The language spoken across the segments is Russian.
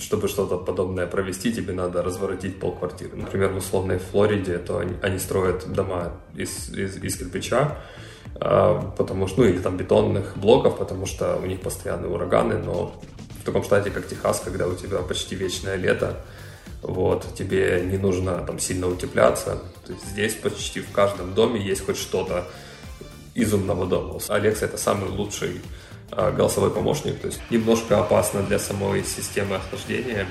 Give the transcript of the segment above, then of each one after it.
чтобы что-то подобное провести, тебе надо разворотить полквартиры. Например, в условной Флориде, то они строят дома из кирпича, потому что, или там бетонных блоков, потому что у них постоянные ураганы, но в таком штате, как Техас, когда у тебя почти вечное лето, тебе не нужно там сильно утепляться. То есть здесь почти в каждом доме есть хоть что-то из умного дома. Alexa — это самый лучший голосовой помощник, то есть немножко опасно для самой системы охлаждения.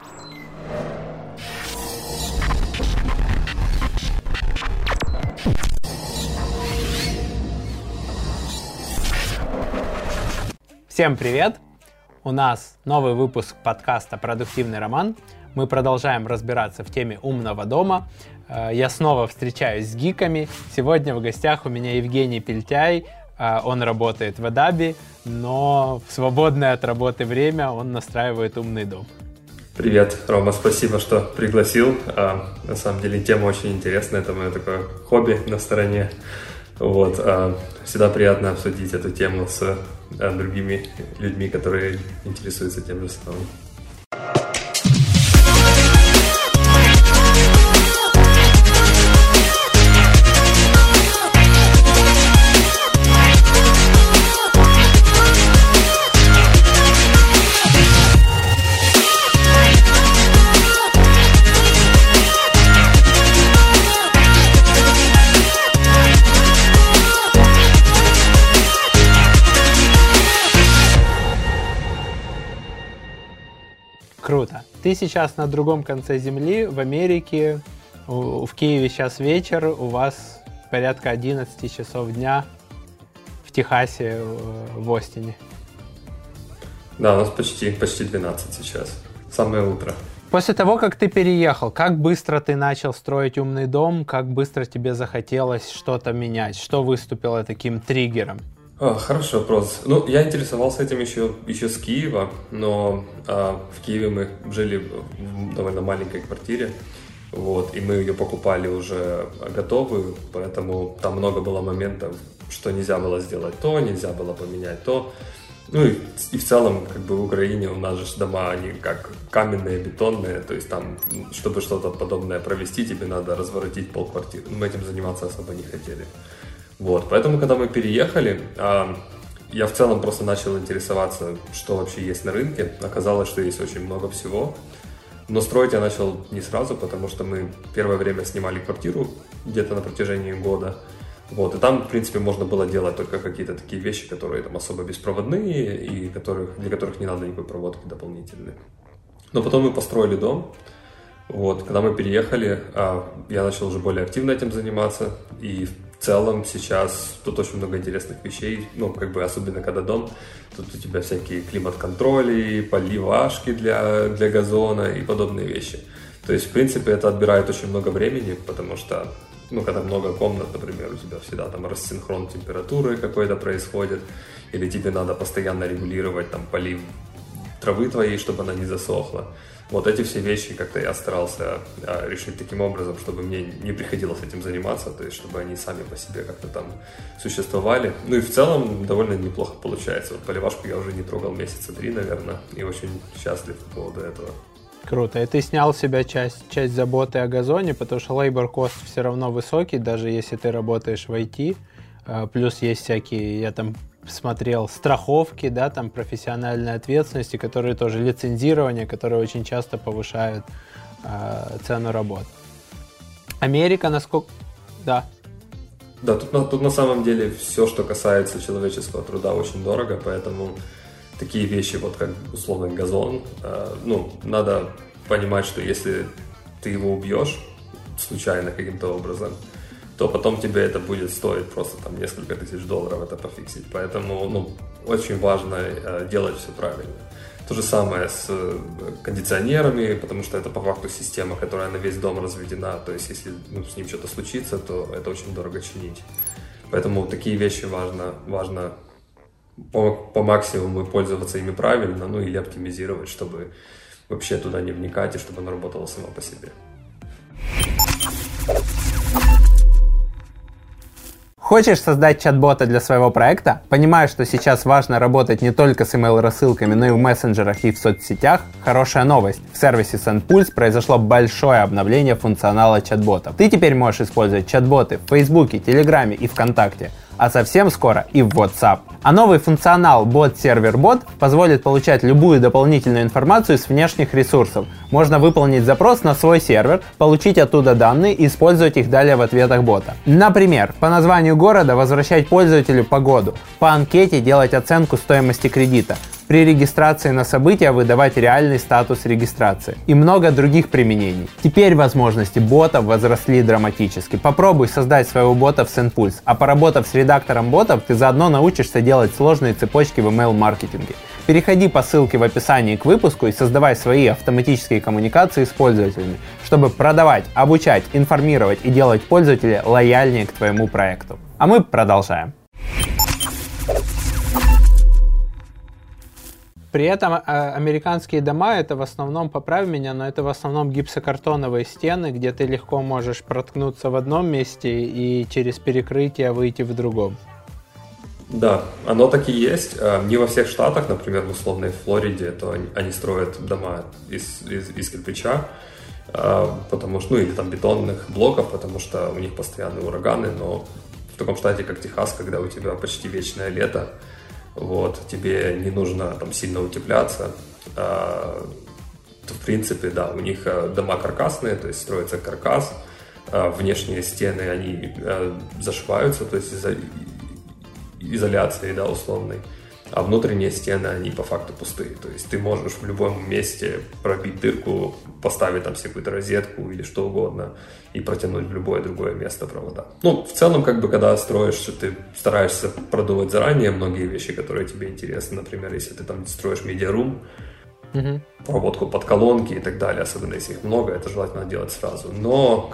Всем привет! У нас новый выпуск подкаста «Продуктивный роман». Мы продолжаем разбираться в теме умного дома. Я снова встречаюсь с гиками. Сегодня в гостях у меня Евгений Пельтяй. Он работает в Adobe, но в свободное от работы время он настраивает умный дом. Привет, Рома, спасибо, что пригласил. На самом деле тема очень интересная, это мое такое хобби на стороне. Всегда приятно обсудить эту тему с другими людьми, которые интересуются тем же самым. Круто. Ты сейчас на другом конце земли, в Америке, в Киеве сейчас вечер, у вас порядка 11 часов дня, в Техасе, в Остине. Да, у нас почти 12 сейчас, самое утро. После того, как ты переехал, как быстро ты начал строить умный дом, как быстро тебе захотелось что-то менять, что выступило таким триггером? Хороший вопрос. Я интересовался этим еще с Киева, но в Киеве мы жили в довольно маленькой квартире, и мы ее покупали уже готовую, поэтому там много было моментов, что нельзя было сделать то, нельзя было поменять то. И в целом, в Украине у нас же дома, они как каменные, бетонные, то есть там, чтобы что-то подобное провести, тебе надо разворотить полквартиры. Мы этим заниматься особо не хотели. Поэтому, когда мы переехали, я в целом просто начал интересоваться, что вообще есть на рынке. Оказалось, что есть очень много всего. Но строить я начал не сразу, потому что мы первое время снимали квартиру где-то на протяжении года. И там, в принципе, можно было делать только какие-то такие вещи, которые там особо беспроводные и для которых не надо никакой проводки дополнительной. Но потом мы построили дом. Когда мы переехали, я начал уже более активно этим заниматься. И в целом сейчас тут очень много интересных вещей, особенно когда дом, тут у тебя всякие климат-контроли, поливашки для газона и подобные вещи. То есть, в принципе, это отбирает очень много времени, потому что, когда много комнат, например, у тебя всегда там рассинхрон температуры какой-то происходит, или тебе надо постоянно регулировать там полив травы твоей, чтобы она не засохла. Эти все вещи как-то я старался решить таким образом, чтобы мне не приходилось этим заниматься, то есть чтобы они сами по себе как-то там существовали. И в целом довольно неплохо получается. Поливашку я уже не трогал месяца 3, наверное, и очень счастлив по поводу этого. Круто. И ты снял с себя часть заботы о газоне, потому что labor cost все равно высокий, даже если ты работаешь в IT. Плюс есть всякие, я там смотрел, страховки, да, там профессиональной ответственности, которые тоже лицензирование, которые очень часто повышают цену работ. Америка, насколько... Да. Да, тут на самом деле все, что касается человеческого труда, очень дорого, поэтому такие вещи, как условно газон, надо понимать, что если ты его убьешь случайно каким-то образом, то потом тебе это будет стоить просто там несколько тысяч долларов это пофиксить. Поэтому очень важно делать все правильно. То же самое с кондиционерами, потому что это по факту система, которая на весь дом разведена. То есть если с ним что-то случится, то это очень дорого чинить. Поэтому такие вещи важно по максимуму пользоваться ими правильно, или оптимизировать, чтобы вообще туда не вникать и чтобы оно работало само по себе. Хочешь создать чат-бота для своего проекта? Понимаешь, что сейчас важно работать не только с email-рассылками, но и в мессенджерах и в соцсетях? Хорошая новость. В сервисе SendPulse произошло большое обновление функционала чат-ботов. Ты теперь можешь использовать чат-боты в Фейсбуке, Телеграме и ВКонтакте. А совсем скоро и в WhatsApp. А новый функционал бот-сервер-бот позволит получать любую дополнительную информацию с внешних ресурсов. Можно выполнить запрос на свой сервер, получить оттуда данные и использовать их далее в ответах бота. Например, по названию города возвращать пользователю погоду, по анкете делать оценку стоимости кредита, при регистрации на события выдавать реальный статус регистрации и много других применений. Теперь возможности ботов возросли драматически. Попробуй создать своего бота в SendPulse, а поработав с редактором ботов, ты заодно научишься делать сложные цепочки в email-маркетинге. Переходи по ссылке в описании к выпуску и создавай свои автоматические коммуникации с пользователями, чтобы продавать, обучать, информировать и делать пользователя лояльнее к твоему проекту. А мы продолжаем. При этом американские дома — это в основном, поправь меня, но это в основном гипсокартоновые стены, где ты легко можешь проткнуться в одном месте и через перекрытие выйти в другом. Да, оно так и есть. Не во всех штатах, например, в условной Флориде, то они строят дома из кирпича, потому что, или там бетонных блоков, потому что у них постоянные ураганы, но в таком штате, как Техас, когда у тебя почти вечное лето, тебе не нужно там сильно утепляться, то в принципе, да, у них дома каркасные, то есть строится каркас, внешние стены, они зашиваются, то есть из-за изоляции, да, условной, а внутренние стены, они по факту пустые, то есть ты можешь в любом месте пробить дырку, поставить там себе какую-то розетку или что угодно и протянуть в любое другое место провода. В целом, когда строишь, что ты стараешься продумать заранее многие вещи, которые тебе интересны, например, если ты там строишь медиарум, проводку под колонки и так далее, особенно если их много, это желательно делать сразу, но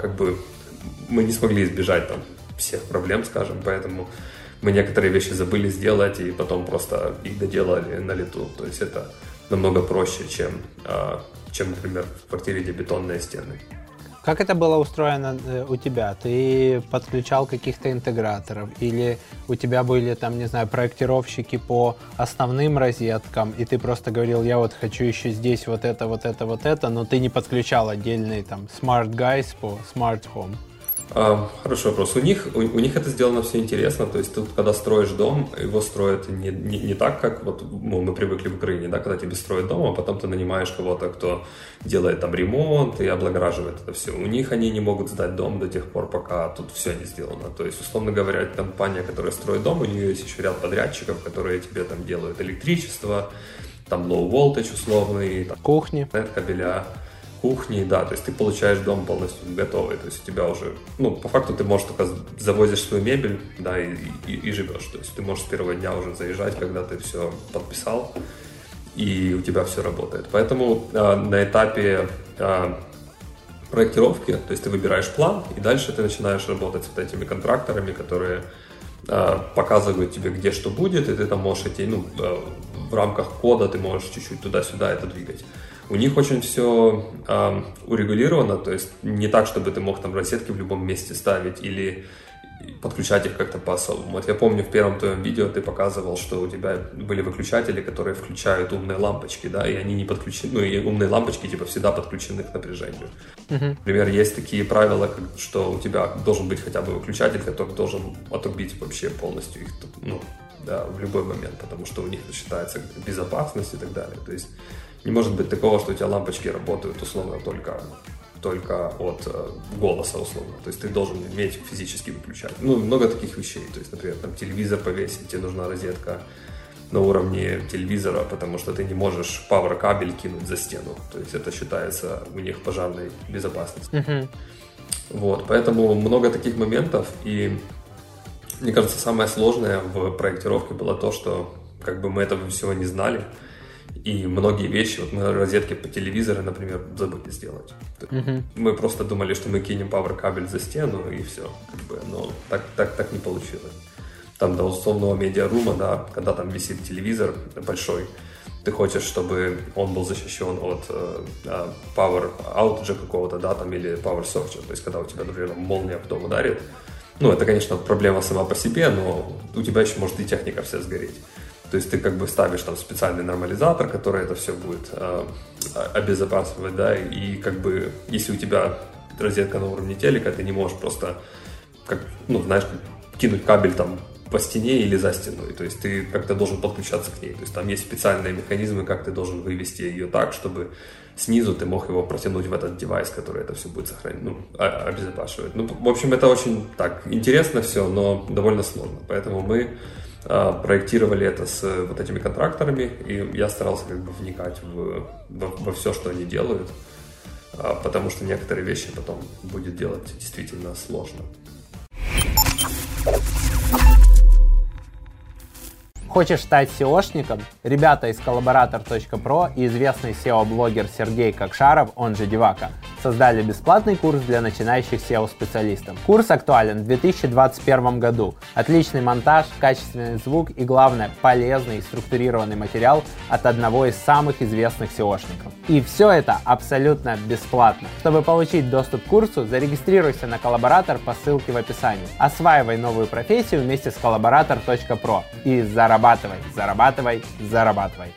мы не смогли избежать там всех проблем, скажем, поэтому мы некоторые вещи забыли сделать и потом просто их доделали на лету. То есть это намного проще, чем, например, в квартире, где бетонные стены. Как это было устроено у тебя? Ты подключал каких-то интеграторов или у тебя были там, не знаю, проектировщики по основным розеткам, и ты просто говорил, я хочу еще здесь вот это, но ты не подключал отдельный там Smart Guys по Smart Home? Хороший вопрос. У них это сделано все интересно, то есть тут, когда строишь дом, его строят не так, как мы привыкли в Украине, да, когда тебе строят дом, а потом ты нанимаешь кого-то, кто делает там ремонт и облагораживает это все. У них они не могут сдать дом до тех пор, пока тут все не сделано. То есть, условно говоря, компания, которая строит дом, у нее есть еще ряд подрядчиков, которые тебе там делают электричество, там low voltage условный, там, кухни, кабеля, кухни, да, то есть ты получаешь дом полностью готовый, то есть у тебя уже, по факту ты можешь только завозишь свою мебель, да, и живешь, то есть ты можешь с первого дня уже заезжать, когда ты все подписал, и у тебя все работает. Поэтому на этапе проектировки, то есть ты выбираешь план, и дальше ты начинаешь работать с этими контракторами, которые показывают тебе, где что будет, и ты там можешь идти, в рамках кода ты можешь чуть-чуть туда-сюда это двигать. У них очень все урегулировано, то есть не так, чтобы ты мог там розетки в любом месте ставить или подключать их как-то по-особому. Я помню, в первом твоем видео ты показывал, что у тебя были выключатели, которые включают умные лампочки, да, и они не подключены, и умные лампочки всегда подключены к напряжению. Например, есть такие правила, что у тебя должен быть хотя бы выключатель, который должен отрубить вообще полностью их, да, в любой момент, потому что у них это считается безопасность и так далее. То есть не может быть такого, что у тебя лампочки работают условно только от голоса условно. То есть ты должен уметь физически выключать. Много таких вещей. То есть, например, там телевизор повесить, тебе нужна розетка на уровне телевизора, потому что ты не можешь пауэр-кабель кинуть за стену. То есть это считается у них пожарной безопасностью. Поэтому много таких моментов. И мне кажется, самое сложное в проектировке было то, что мы этого всего не знали. И многие вещи, мы розетки по телевизору, например, забыли сделать. Мы просто думали, что мы кинем пауэр-кабель за стену и все. Но так не получилось. Там до условного медиарума, да, когда там висит телевизор большой, ты хочешь, чтобы он был защищен от power outage какого-то, да, там, или power surge. То есть, когда у тебя, например, молния в дом ударит, Ну, это, конечно, проблема сама по себе, но у тебя еще может и техника вся сгореть. То есть ты как бы ставишь там специальный нормализатор, который это все будет обезопасивать, да, и как бы если у тебя розетка на уровне телека, ты не можешь просто, как, ну, знаешь, кинуть кабель там по стене или за стеной, то есть ты как-то должен подключаться к ней, то есть там есть специальные механизмы, как ты должен вывести ее так, чтобы снизу ты мог его протянуть в этот девайс, который это все будет сохранить, ну, обезопасивать. Ну, в общем, это очень так интересно все, но довольно сложно, поэтому мы проектировали это с вот этими контракторами, и я старался как бы вникать во все, что они делают, потому что некоторые вещи потом будет делать действительно сложно. Хочешь стать SEOшником? Ребята из Collaborator.pro и известный SEO-блогер Сергей Кокшаров, он же Девака, создали бесплатный курс для начинающих SEO-специалистов. Курс актуален в 2021 году. Отличный монтаж, качественный звук и, главное, полезный и структурированный материал от одного из самых известных SEOшников. И все это абсолютно бесплатно. Чтобы получить доступ к курсу, зарегистрируйся на Collaborator по ссылке в описании. Осваивай новую профессию вместе с Collaborator.pro и зарабатывай, зарабатывай, зарабатывай.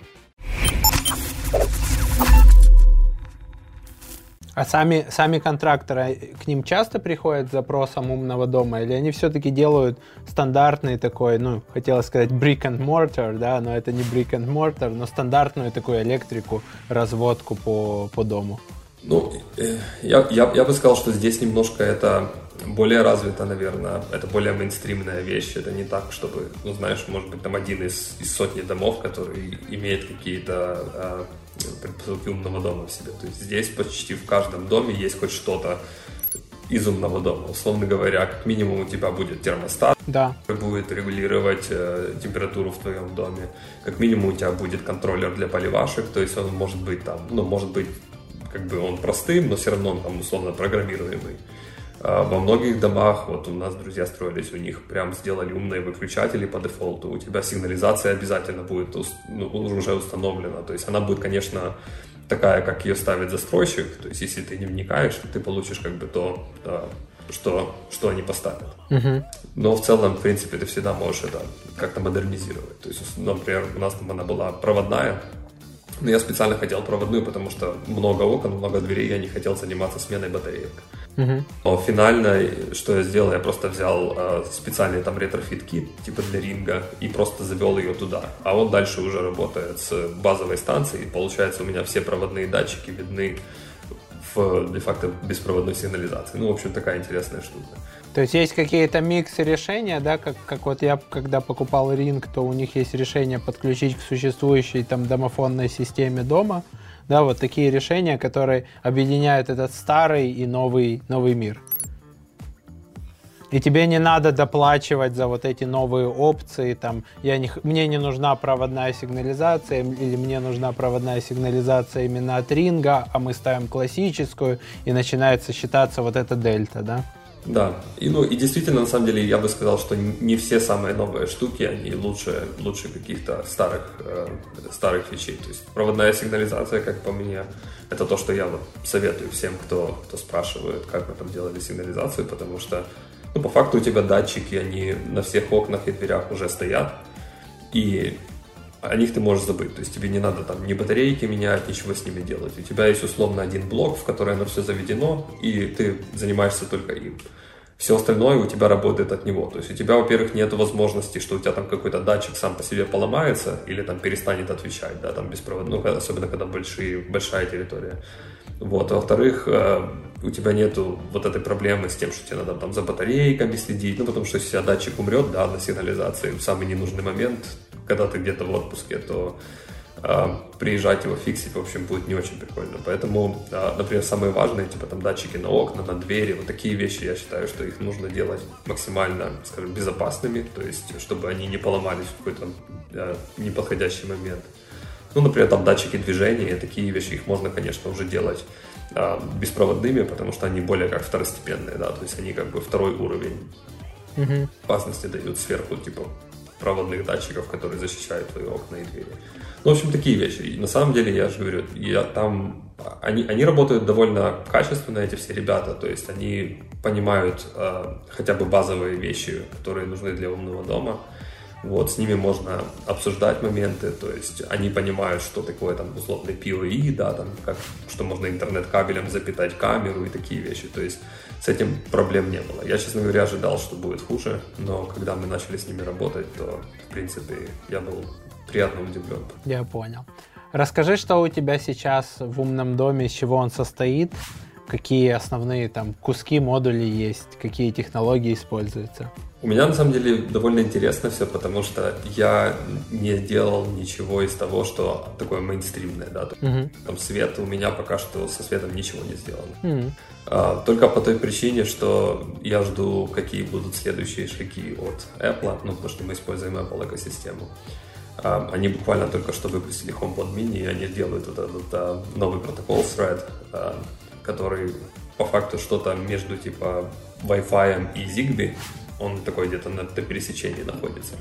А сами контракторы, к ним часто приходят с запросом умного дома, или они все-таки делают стандартный такой, ну, хотелось сказать brick and mortar, да, но это не brick and mortar, но стандартную такую электрику, разводку по дому? Ну, я бы сказал, что здесь немножко это более развито, наверное, это более мейнстримная вещь, это не так, чтобы, ну, знаешь, может быть, там один из сотни домов, который имеет какие-то предпосылки умного дома в себе. То есть здесь почти в каждом доме есть хоть что-то из умного дома. Условно говоря, как минимум у тебя будет термостат, да, который будет регулировать температуру в твоем доме. Как минимум у тебя будет контроллер для поливашек, то есть он может быть там, ну, может быть, как бы он простым, но все равно он там условно программируемый. Во многих домах, вот у нас друзья строились, у них прям сделали умные выключатели по дефолту. У тебя сигнализация обязательно будет уже установлена. То есть она будет, конечно, такая, как ее ставит застройщик. То есть если ты не вникаешь, ты получишь как бы то, что они поставят. Угу. Но в целом, в принципе, ты всегда можешь это как-то модернизировать. То есть, например, у нас там она была проводная. Но я специально хотел проводную, потому что много окон, много дверей, я не хотел заниматься сменой батареек. Uh-huh. Но финально, что я сделал, я просто взял специальный там ретрофит-кит, типа для ринга, и просто завел ее туда. А он дальше уже работает с базовой станцией, и получается у меня все проводные датчики видны в де-факто беспроводной сигнализации. Ну, в общем, такая интересная штука. То есть есть какие-то миксы решения, да, как вот я, когда покупал Ring, то у них есть решение подключить к существующей там домофонной системе дома, да, вот такие решения, которые объединяют этот старый и новый мир. И тебе не надо доплачивать за вот эти новые опции, там, мне не нужна проводная сигнализация, или мне нужна проводная сигнализация именно от Ринга, а мы ставим классическую, и начинается считаться вот эта дельта, да? Да, и действительно, на самом деле, я бы сказал, что не все самые новые штуки, они лучше каких-то старых вещей. То есть проводная сигнализация, как по мне, это то, что я вот советую всем, кто спрашивает, как мы там делали сигнализацию, потому что, по факту у тебя датчики, они на всех окнах и дверях уже стоят, и о них ты можешь забыть. То есть тебе не надо там ни батарейки менять, ничего с ними делать. У тебя есть условно один блок, в который оно все заведено, и ты занимаешься только им. Все остальное у тебя работает от него. То есть у тебя, во-первых, нет возможности, что у тебя там какой-то датчик сам по себе поломается или там перестанет отвечать, да, там беспроводно, особенно когда большая территория. Вот. А во-вторых, у тебя нету вот этой проблемы с тем, что тебе надо там за батарейками следить, потому что если у тебя датчик умрет, да, на сигнализации в самый ненужный момент, когда ты где-то в отпуске, то приезжать его фиксить, в общем, будет не очень прикольно. Поэтому, например, самые важные, типа там датчики на окна, на двери, вот такие вещи, я считаю, что их нужно делать максимально, скажем, безопасными, то есть, чтобы они не поломались в какой-то неподходящий момент. Например, там датчики движения, такие вещи, их можно, конечно, уже делать беспроводными, потому что они более как второстепенные, да, то есть они как бы второй уровень опасности дают сверху, типа проводных датчиков, которые защищают твои окна и двери. Ну, в общем, такие вещи. И на самом деле, я же говорю, они работают довольно качественно, эти все ребята, то есть они понимают хотя бы базовые вещи, которые нужны для умного дома. Вот, с ними можно обсуждать моменты, то есть они понимают, что такое там условный PoE, да, там, что можно интернет-кабелем запитать камеру и такие вещи, то есть с этим проблем не было. Я, честно говоря, ожидал, что будет хуже, но когда мы начали с ними работать, то, в принципе, я был приятно удивлен. Я понял. Расскажи, что у тебя сейчас в умном доме, из чего он состоит, какие основные там куски, модули есть, какие технологии используются. У меня, на самом деле, довольно интересно все, потому что я не делал ничего из того, что такое мейнстримное, да. Там свет, у меня пока что со светом ничего не сделано. Только по той причине, что я жду, какие будут следующие шаги от Apple, потому что мы используем Apple экосистему. Они буквально только что выпустили HomePod mini, и они делают вот этот новый протокол Thread, который по факту что-то между типа Wi-Fi и Zigbee. Он такой где-то на пересечении находится.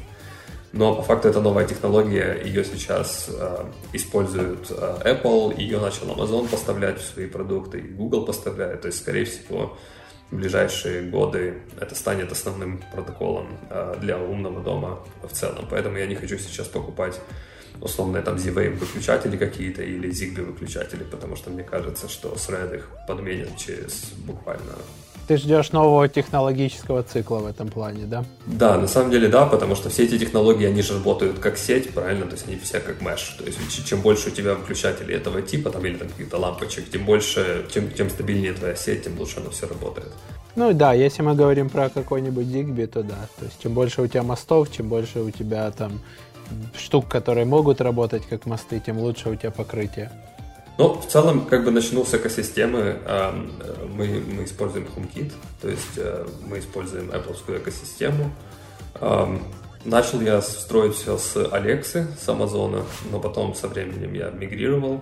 Но по факту это новая технология, ее сейчас использует Apple, ее начал Amazon поставлять в свои продукты, и Google поставляет. То есть, скорее всего, в ближайшие годы это станет основным протоколом для умного дома в целом. Поэтому я не хочу сейчас покупать условные там Z-Wave выключатели какие-то или Zigbee выключатели, потому что мне кажется, что Thread их подменит через буквально... Ты ждешь нового технологического цикла в этом плане, да? Да, на самом деле да, потому что все эти технологии, они же работают как сеть, правильно? То есть они все как mesh. То есть чем больше у тебя выключателей этого типа, там, или там каких-то лампочек, тем больше, чем стабильнее твоя сеть, тем лучше оно все работает. Ну да, если мы говорим про какой-нибудь Zigbee, то да. То есть чем больше у тебя мостов, чем больше у тебя там штук, которые могут работать как мосты, тем лучше у тебя покрытие. Ну, в целом, как бы начну с экосистемы, мы используем HomeKit, то есть мы используем Apple-скую экосистему. Начал я строить все с Alexa, с Amazon, но потом со временем я мигрировал.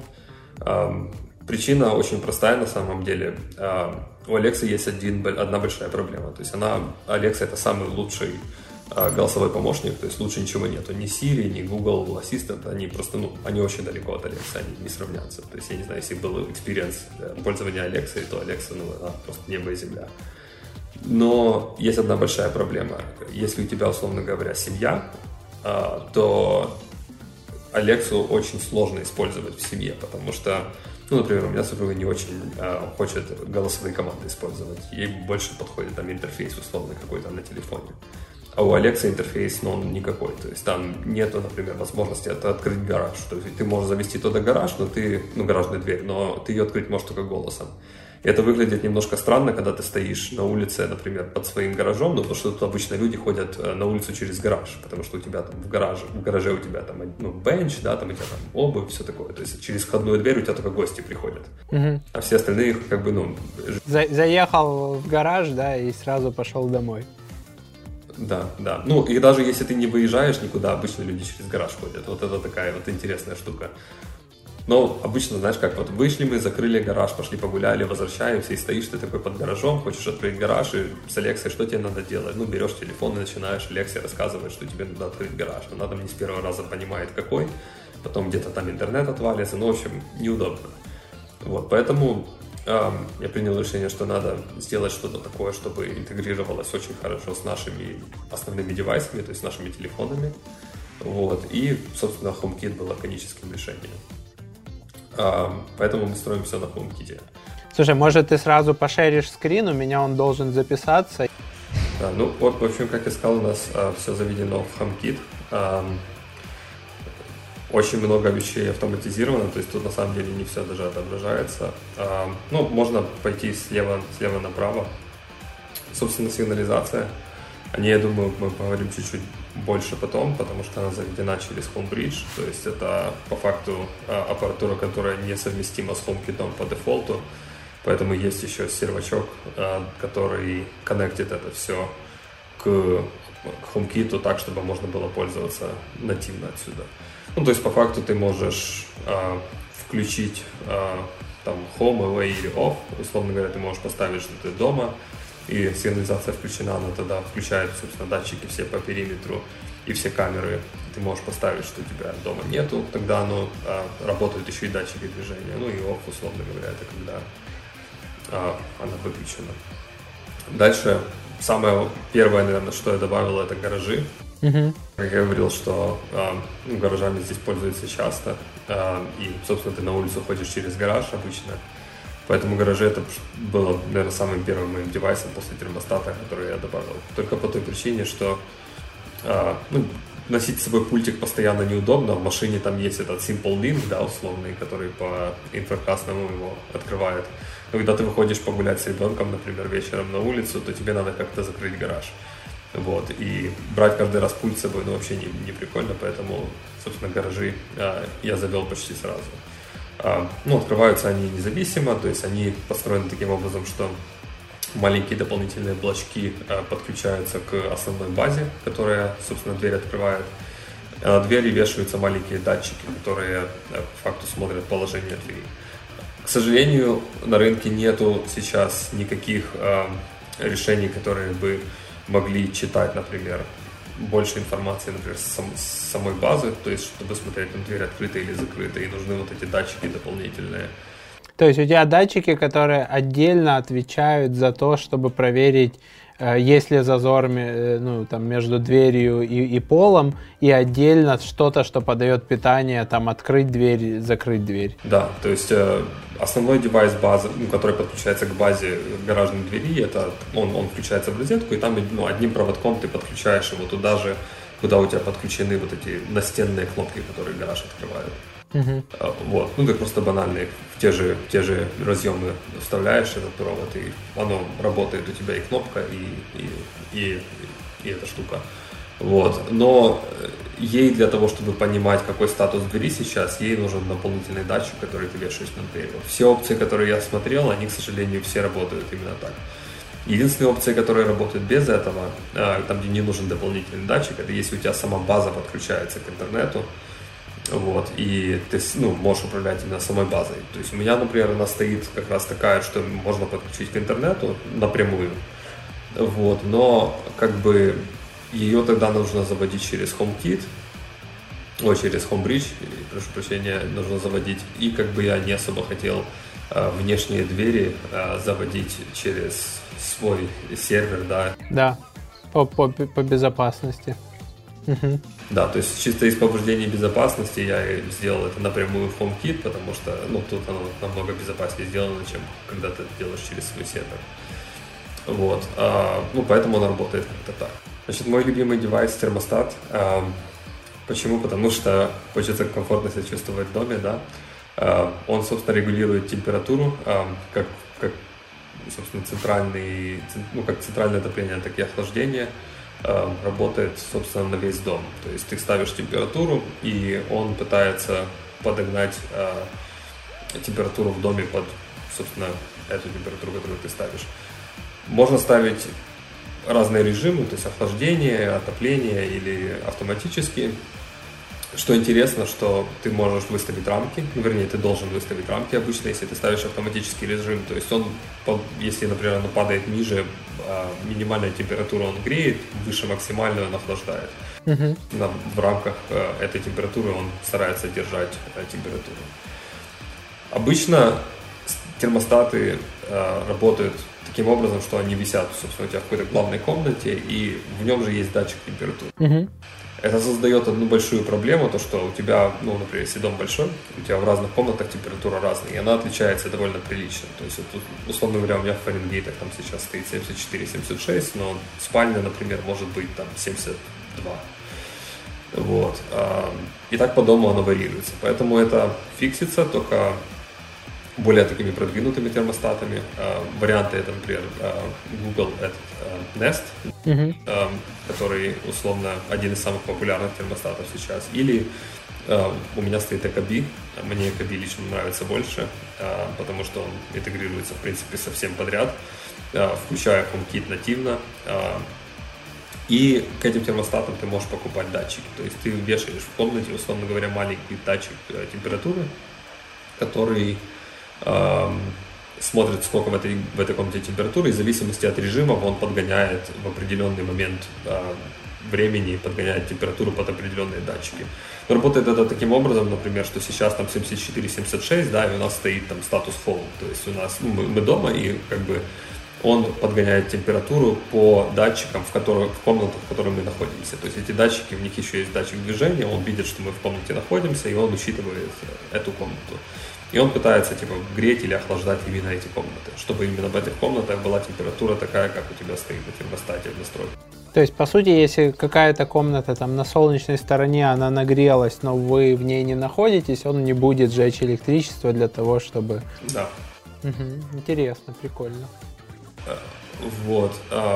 Причина очень простая на самом деле. У Alexa есть одна большая проблема, то есть Alexa — это самый лучший голосовой помощник, то есть лучше ничего нету. Ни Siri, ни Google Assistant, они просто, они очень далеко от Alexa, они не сравнятся. То есть я не знаю, если был экспириенс пользования Alexa, то Alexa, просто небо и земля. Но есть одна большая проблема. Если у тебя, условно говоря, семья, то Алексу очень сложно использовать в семье, потому что, например, у меня супруга не очень хочет голосовые команды использовать. Ей больше подходит там интерфейс условно какой-то на телефоне. А у Alexa интерфейс, он никакой. То есть там нету, например, возможности открыть гараж. То есть ты можешь завести туда гараж, гаражную дверь, но ты ее открыть можешь только голосом. И это выглядит немножко странно, когда ты стоишь на улице, например, под своим гаражом, потому что тут обычно люди ходят на улицу через гараж, потому что у тебя там в гараже у тебя там бенч, да, там у тебя там обувь, все такое. То есть через входную дверь у тебя только гости приходят. Угу. А все остальные Заехал в гараж, да, и сразу пошел домой. Да. И даже если ты не выезжаешь никуда, обычно люди через гараж ходят. Вот это такая вот интересная штука. Но обычно, знаешь, как вот вышли мы, закрыли гараж, пошли погуляли, возвращаемся, и стоишь ты такой под гаражом, хочешь открыть гараж, и с Алексой что тебе надо делать? Берешь телефон и начинаешь Алексе рассказывать, что тебе надо открыть гараж. Она там не с первого раза понимает, какой, потом где-то там интернет отвалится, в общем, неудобно. Вот, поэтому я принял решение, что надо сделать что-то такое, чтобы интегрировалось очень хорошо с нашими основными девайсами, то есть с нашими телефонами. Вот. И, собственно, HomeKit был лаконическим решением. Поэтому мы строим все на HomeKit. Слушай, может, ты сразу пошеришь скрин, у меня он должен записаться. Да, в общем, как я сказал, у нас все заведено в HomeKit. Очень много вещей автоматизировано, то есть тут на самом деле не все даже отображается. Можно пойти слева направо. Собственно, сигнализация. О ней, я думаю, мы поговорим чуть-чуть больше потом, потому что она заведена через HomeBridge. То есть это по факту аппаратура, которая несовместима с HomeKit по дефолту. Поэтому есть еще сервачок, который коннектит это все к HomeKit так, чтобы можно было пользоваться нативно отсюда. То есть по факту ты можешь включить там Home, Away или Off. Условно говоря, ты можешь поставить, что ты дома, и сигнализация включена, она тогда включает, собственно, датчики все по периметру и все камеры ты можешь поставить, что тебя дома нету, тогда работают еще и датчики движения. Ну и off, условно говоря, это когда она выключена. Дальше самое первое, наверное, что я добавил, это гаражи. Как я говорил, что гаражами здесь пользуются часто, и, собственно, ты на улицу ходишь через гараж обычно. Поэтому гаражи это было, наверное, самым первым моим девайсом после термостата, который я добавил. Только по той причине, что носить с собой пультик постоянно неудобно. В машине там есть этот Simple Link, да, условный, который по инфракрасному его открывает. Но когда ты выходишь погулять с ребенком, например, вечером на улицу, то тебе надо как-то закрыть гараж. Вот. И брать каждый раз пульт с собой вообще не прикольно, поэтому, собственно, гаражи я завел почти сразу. Открываются они независимо, то есть они построены таким образом, что маленькие дополнительные блочки подключаются к основной базе, которая, собственно, дверь открывает. А на двери вешаются маленькие датчики, которые по факту смотрят положение двери. К сожалению, на рынке нету сейчас никаких решений, которые бы могли читать, например, больше информации, например, с самой базы, то есть чтобы смотреть, дверь открыта или закрыта, и нужны вот эти датчики дополнительные. То есть у тебя датчики, которые отдельно отвечают за то, чтобы проверить, есть ли зазор между дверью и полом, и отдельно что-то, что подает питание, там открыть дверь, закрыть дверь. Да, то есть основной девайс базы, который подключается к базе гаражной двери, это он включается в розетку, и там одним проводком ты подключаешь его туда же, куда у тебя подключены вот эти настенные кнопки, которые гараж открывают. Вот, ты просто банально в те же разъемы вставляешь этот провод, и оно работает у тебя и кнопка, и эта штука. Вот, но ей для того, чтобы понимать, какой статус двери сейчас, ей нужен дополнительный датчик, который ты вешаешь на дверь. Все опции, которые я смотрел, они, к сожалению, все работают именно так. Единственные опции, которые работают без этого, там, где не нужен дополнительный датчик, это если у тебя сама база подключается к интернету. Вот, и ты можешь управлять именно самой базой. То есть у меня, например, она стоит как раз такая, что можно подключить к интернету напрямую. Вот, но как бы ее тогда нужно заводить через HomeKit, через HomeBridge, прошу прощения, нужно заводить. И как бы я не особо хотел внешние двери заводить через свой сервер, да. Да, по безопасности. Да, то есть чисто из побуждений безопасности я сделал это напрямую в HomeKit, потому что тут оно намного безопаснее сделано, чем когда ты это делаешь через свой сервер. Вот, поэтому он работает как-то так. Значит, мой любимый девайс — термостат. Почему? Потому что хочется комфортно себя чувствовать в доме, да. Он, собственно, регулирует температуру, как собственно, как центральное отопление, так и охлаждение. Работает, собственно, на весь дом. То есть ты ставишь температуру, и он пытается подогнать температуру в доме под, собственно, эту температуру, которую ты ставишь. Можно ставить разные режимы, то есть охлаждение, отопление или автоматически. Что интересно, что ты можешь выставить рамки, вернее, ты должен выставить рамки обычно, если ты ставишь автоматический режим. То есть он, если, например, оно падает ниже минимальной температуры, он греет, выше максимальную он охлаждает. В рамках этой температуры он старается держать температуру. Обычно термостаты работают таким образом, что они висят, собственно, у тебя в какой-то главной комнате, и в нем же есть датчик температуры. Это создает одну большую проблему, то что у тебя, например, если дом большой, у тебя в разных комнатах температура разная, и она отличается довольно прилично. То есть, условно говоря, у меня в Фаренгейтах там сейчас стоит 74-76, но спальня, например, может быть там 72. Вот. И так по дому оно варьируется. Поэтому это фиксится только более такими продвинутыми термостатами. Варианты это, например, Google Nest, который, условно, один из самых популярных термостатов сейчас. Или у меня стоит Ecobee. Мне Ecobee лично нравится больше, потому что он интегрируется, в принципе, со всем подряд, включая HomeKit нативно. И к этим термостатам ты можешь покупать датчики. То есть ты вешаешь в комнате, условно говоря, маленький датчик температуры, который смотрит, сколько в этой комнате температуры, и в зависимости от режимов он подгоняет в определенный момент времени подгоняет температуру под определенные датчики. Но работает это таким образом, например, что сейчас там 74-76, да, и у нас стоит там статус home, то есть у нас, мы дома, и как бы он подгоняет температуру по датчикам, в комнатах, в которых мы находимся. То есть эти датчики, у них еще есть датчик движения, он видит, что мы в комнате находимся, и он учитывает эту комнату. И он пытается типа греть или охлаждать именно эти комнаты, чтобы именно в этих комнатах была температура такая, как у тебя стоит на термостате в настройке. То есть, по сути, если какая-то комната там на солнечной стороне, она нагрелась, но вы в ней не находитесь, он не будет сжечь электричество для того, чтобы... Да. Угу. Интересно, прикольно. Вот.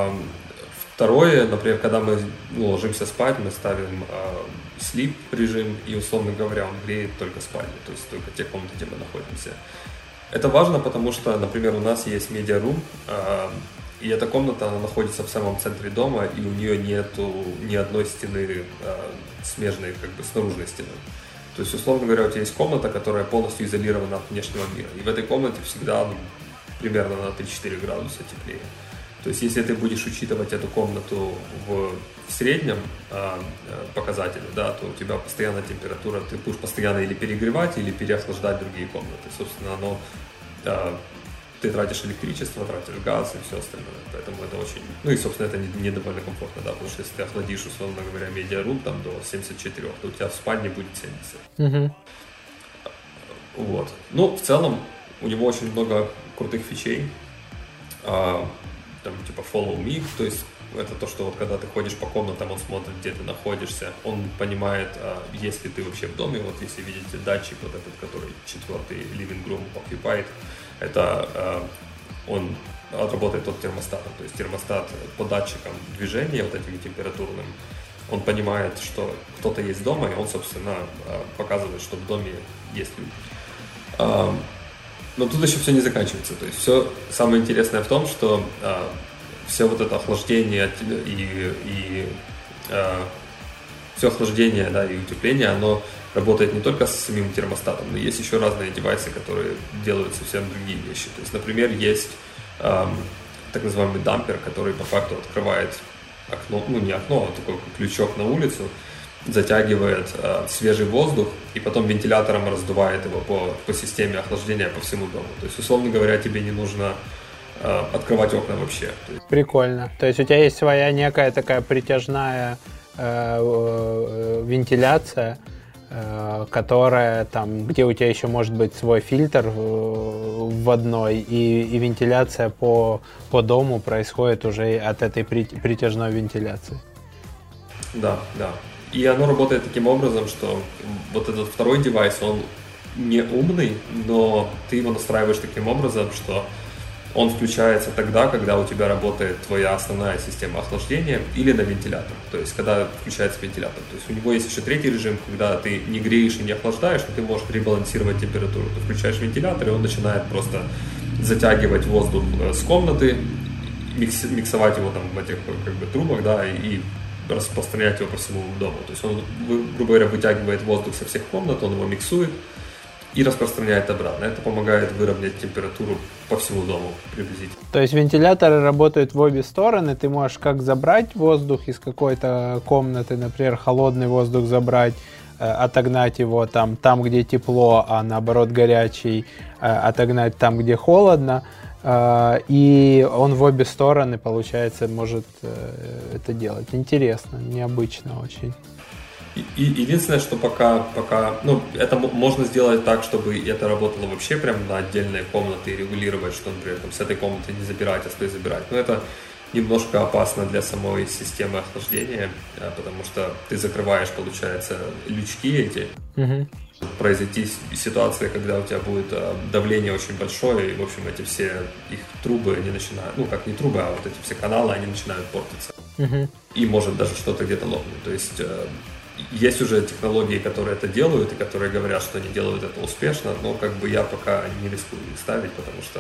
Второе, например, когда мы ложимся спать, мы ставим sleep режим, и, условно говоря, он греет только спальню, то есть только те комнаты, где мы находимся. Это важно, потому что, например, у нас есть media-room, и эта комната, она находится в самом центре дома, и у нее нету ни одной стены смежной, как бы, с наружной стеной. То есть, условно говоря, у тебя есть комната, которая полностью изолирована от внешнего мира, и в этой комнате всегда примерно на 3-4 градуса теплее. То есть, если ты будешь учитывать эту комнату в среднем показателе, да, то у тебя постоянно температура, ты будешь постоянно или перегревать, или переохлаждать другие комнаты. Собственно, ты тратишь электричество, тратишь газ и все остальное. Поэтому это очень... Ну и, собственно, это не довольно комфортно, да, потому что если ты охладишь, условно говоря, медиарум там до 74, то у тебя в спальне будет 70. Угу. Вот. Ну, в целом, у него очень много крутых фичей. Там, типа follow me, то есть это то, что вот когда ты ходишь по комнатам, он смотрит, где ты находишься, он понимает, есть ли ты вообще в доме. Вот если видите датчик вот этот, который 4-й living room occupied, это он отработает от термостата, то есть термостат по датчикам движения вот этим температурным, он понимает, что кто-то есть дома, и он, собственно, показывает, что в доме есть люди. Но тут еще все не заканчивается. То есть все самое интересное в том, что все вот это охлаждение все охлаждение, да, и утепление, оно работает не только с самим термостатом, но есть еще разные девайсы, которые делают совсем другие вещи. То есть, например, есть так называемый дампер, который по факту открывает окно, ну не окно, а такой крючок на улицу, затягивает свежий воздух и потом вентилятором раздувает его по системе охлаждения по всему дому. То есть, условно говоря, тебе не нужно открывать окна вообще. Прикольно. То есть у тебя есть своя некая такая притяжная вентиляция, которая там, где у тебя еще может быть свой фильтр вводной, и вентиляция по дому происходит уже от этой притяжной вентиляции. Да, да. И оно работает таким образом, что вот этот второй девайс, он не умный, но ты его настраиваешь таким образом, что он включается тогда, когда у тебя работает твоя основная система охлаждения или на вентилятор. То есть, когда включается вентилятор. То есть, у него есть еще третий режим, когда ты не греешь и не охлаждаешь, но ты можешь ребалансировать температуру. Ты включаешь вентилятор, и он начинает просто затягивать воздух с комнаты, миксовать его там в этих как бы трубах, да, и распространять его по всему дому. То есть, он, грубо говоря, вытягивает воздух со всех комнат, он его миксует и распространяет обратно. Это помогает выровнять температуру по всему дому приблизительно. То есть вентиляторы работают в обе стороны. Ты можешь как забрать воздух из какой-то комнаты, например, холодный воздух забрать, отогнать его там, где тепло, а наоборот горячий, отогнать там, где холодно. И он в обе стороны, получается, может это делать. Интересно, необычно очень. И единственное, что пока, ну, это можно сделать так, чтобы это работало вообще прямо на отдельные комнаты и регулировать, что, например, там, с этой комнаты не забирать, а с той забирать. Но это немножко опасно для самой системы охлаждения, потому что ты закрываешь, получается, лючки эти. Угу. Произойти ситуация, когда у тебя будет давление очень большое, и, в общем, эти все их трубы, они начинают, ну, как не трубы, а вот эти все каналы, они начинают портиться. Угу. И может даже что-то где-то лопнуть. То есть есть уже технологии, которые это делают, и которые говорят, что они делают это успешно, но как бы я пока не рискую их ставить, потому что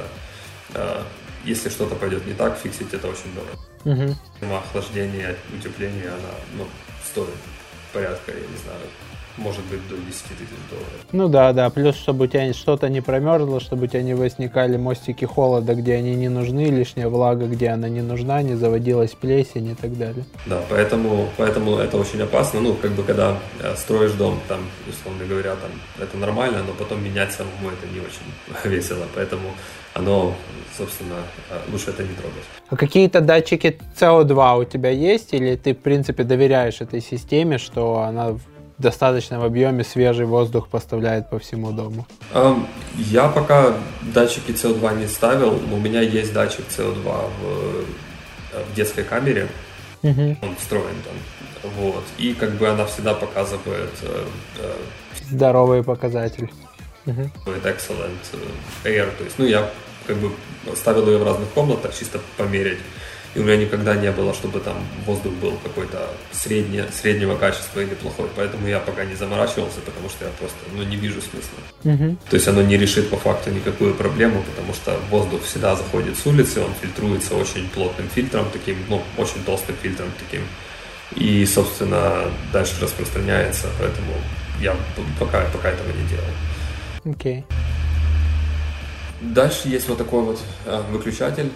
если что-то пойдет не так, фиксить это очень дорого. Угу. Охлаждение, утепление, она стоит порядка, я не знаю, может быть до 10 тысяч долларов. Ну да, плюс, чтобы у тебя что-то не промерзло, чтобы у тебя не возникали мостики холода, где они не нужны, лишняя влага, где она не нужна, не заводилась плесень и так далее. Да, поэтому это очень опасно. Ну, как бы, когда строишь дом, там, условно говоря, там, это нормально, но потом менять самому это не очень весело, поэтому оно, собственно, лучше это не трогать. А какие-то датчики CO2 у тебя есть, или ты, в принципе, доверяешь этой системе, что она в достаточном объеме свежий воздух поставляет по всему дому? Я пока датчики CO2 не ставил, но у меня есть датчик CO2 в детской камере, он встроен там, вот, и как бы она всегда показывает здоровый показатель. Excellent Air, то есть, ну, я как бы ставил ее в разных комнатах, чисто померить, и у меня никогда не было, чтобы там воздух был какой-то среднего качества или плохой, поэтому я пока не заморачивался, потому что я просто, не вижу смысла. То есть оно не решит по факту никакую проблему, потому что воздух всегда заходит с улицы, он фильтруется очень плотным фильтром таким, очень толстым фильтром таким, и, собственно, дальше распространяется, поэтому я пока этого не делал. Окей. Дальше есть вот такой вот выключатель.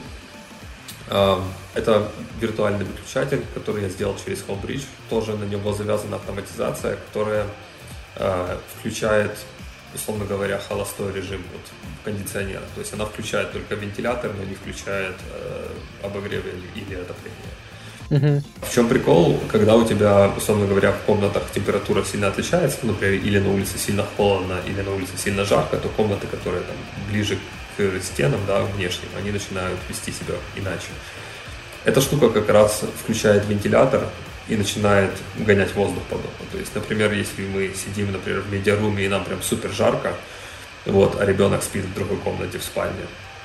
Это виртуальный выключатель, который я сделал через Homebridge. Тоже на него завязана автоматизация, которая включает, условно говоря, холостой режим кондиционера. То есть она включает только вентилятор, но не включает обогрев или отопление. В чем прикол, когда у тебя, условно говоря, в комнатах температура сильно отличается, например, или на улице сильно холодно, или на улице сильно жарко, то комнаты, которые там ближе к стенам, да, внешним, они начинают вести себя иначе. Эта штука как раз включает вентилятор и начинает гонять воздух по дому. То есть, например, если мы сидим, например, в медиаруме и нам прям супер жарко, а ребенок спит в другой комнате в спальне,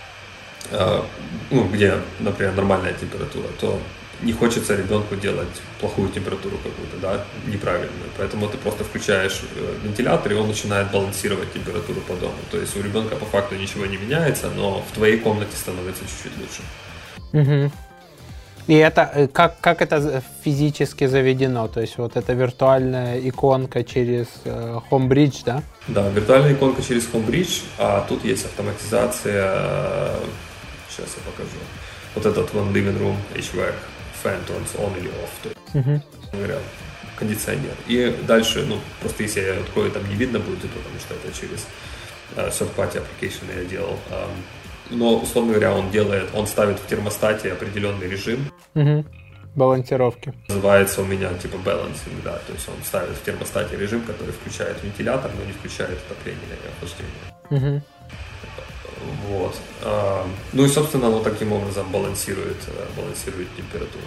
где, например, нормальная температура, то не хочется ребенку делать плохую температуру какую-то, да, неправильную. Поэтому ты просто включаешь вентилятор, и он начинает балансировать температуру по дому. То есть у ребенка по факту ничего не меняется, но в твоей комнате становится чуть-чуть лучше. И это как это физически заведено? То есть вот эта виртуальная иконка через Homebridge, да? Да, виртуальная иконка через Homebridge, а тут есть автоматизация. Сейчас я покажу. Вот этот One Living Room HVAC. Fan turns on или off, то есть, говоря, кондиционер. И дальше, просто если такое там не видно будет, потому что это через third-party application я делал. Но, условно говоря, он ставит в термостате определенный режим. Балансировки. Называется у меня типа balancing, да, то есть он ставит в термостате режим, который включает вентилятор, но не включает отопление или охлаждение. Вот. И, собственно, оно таким образом балансирует температуру.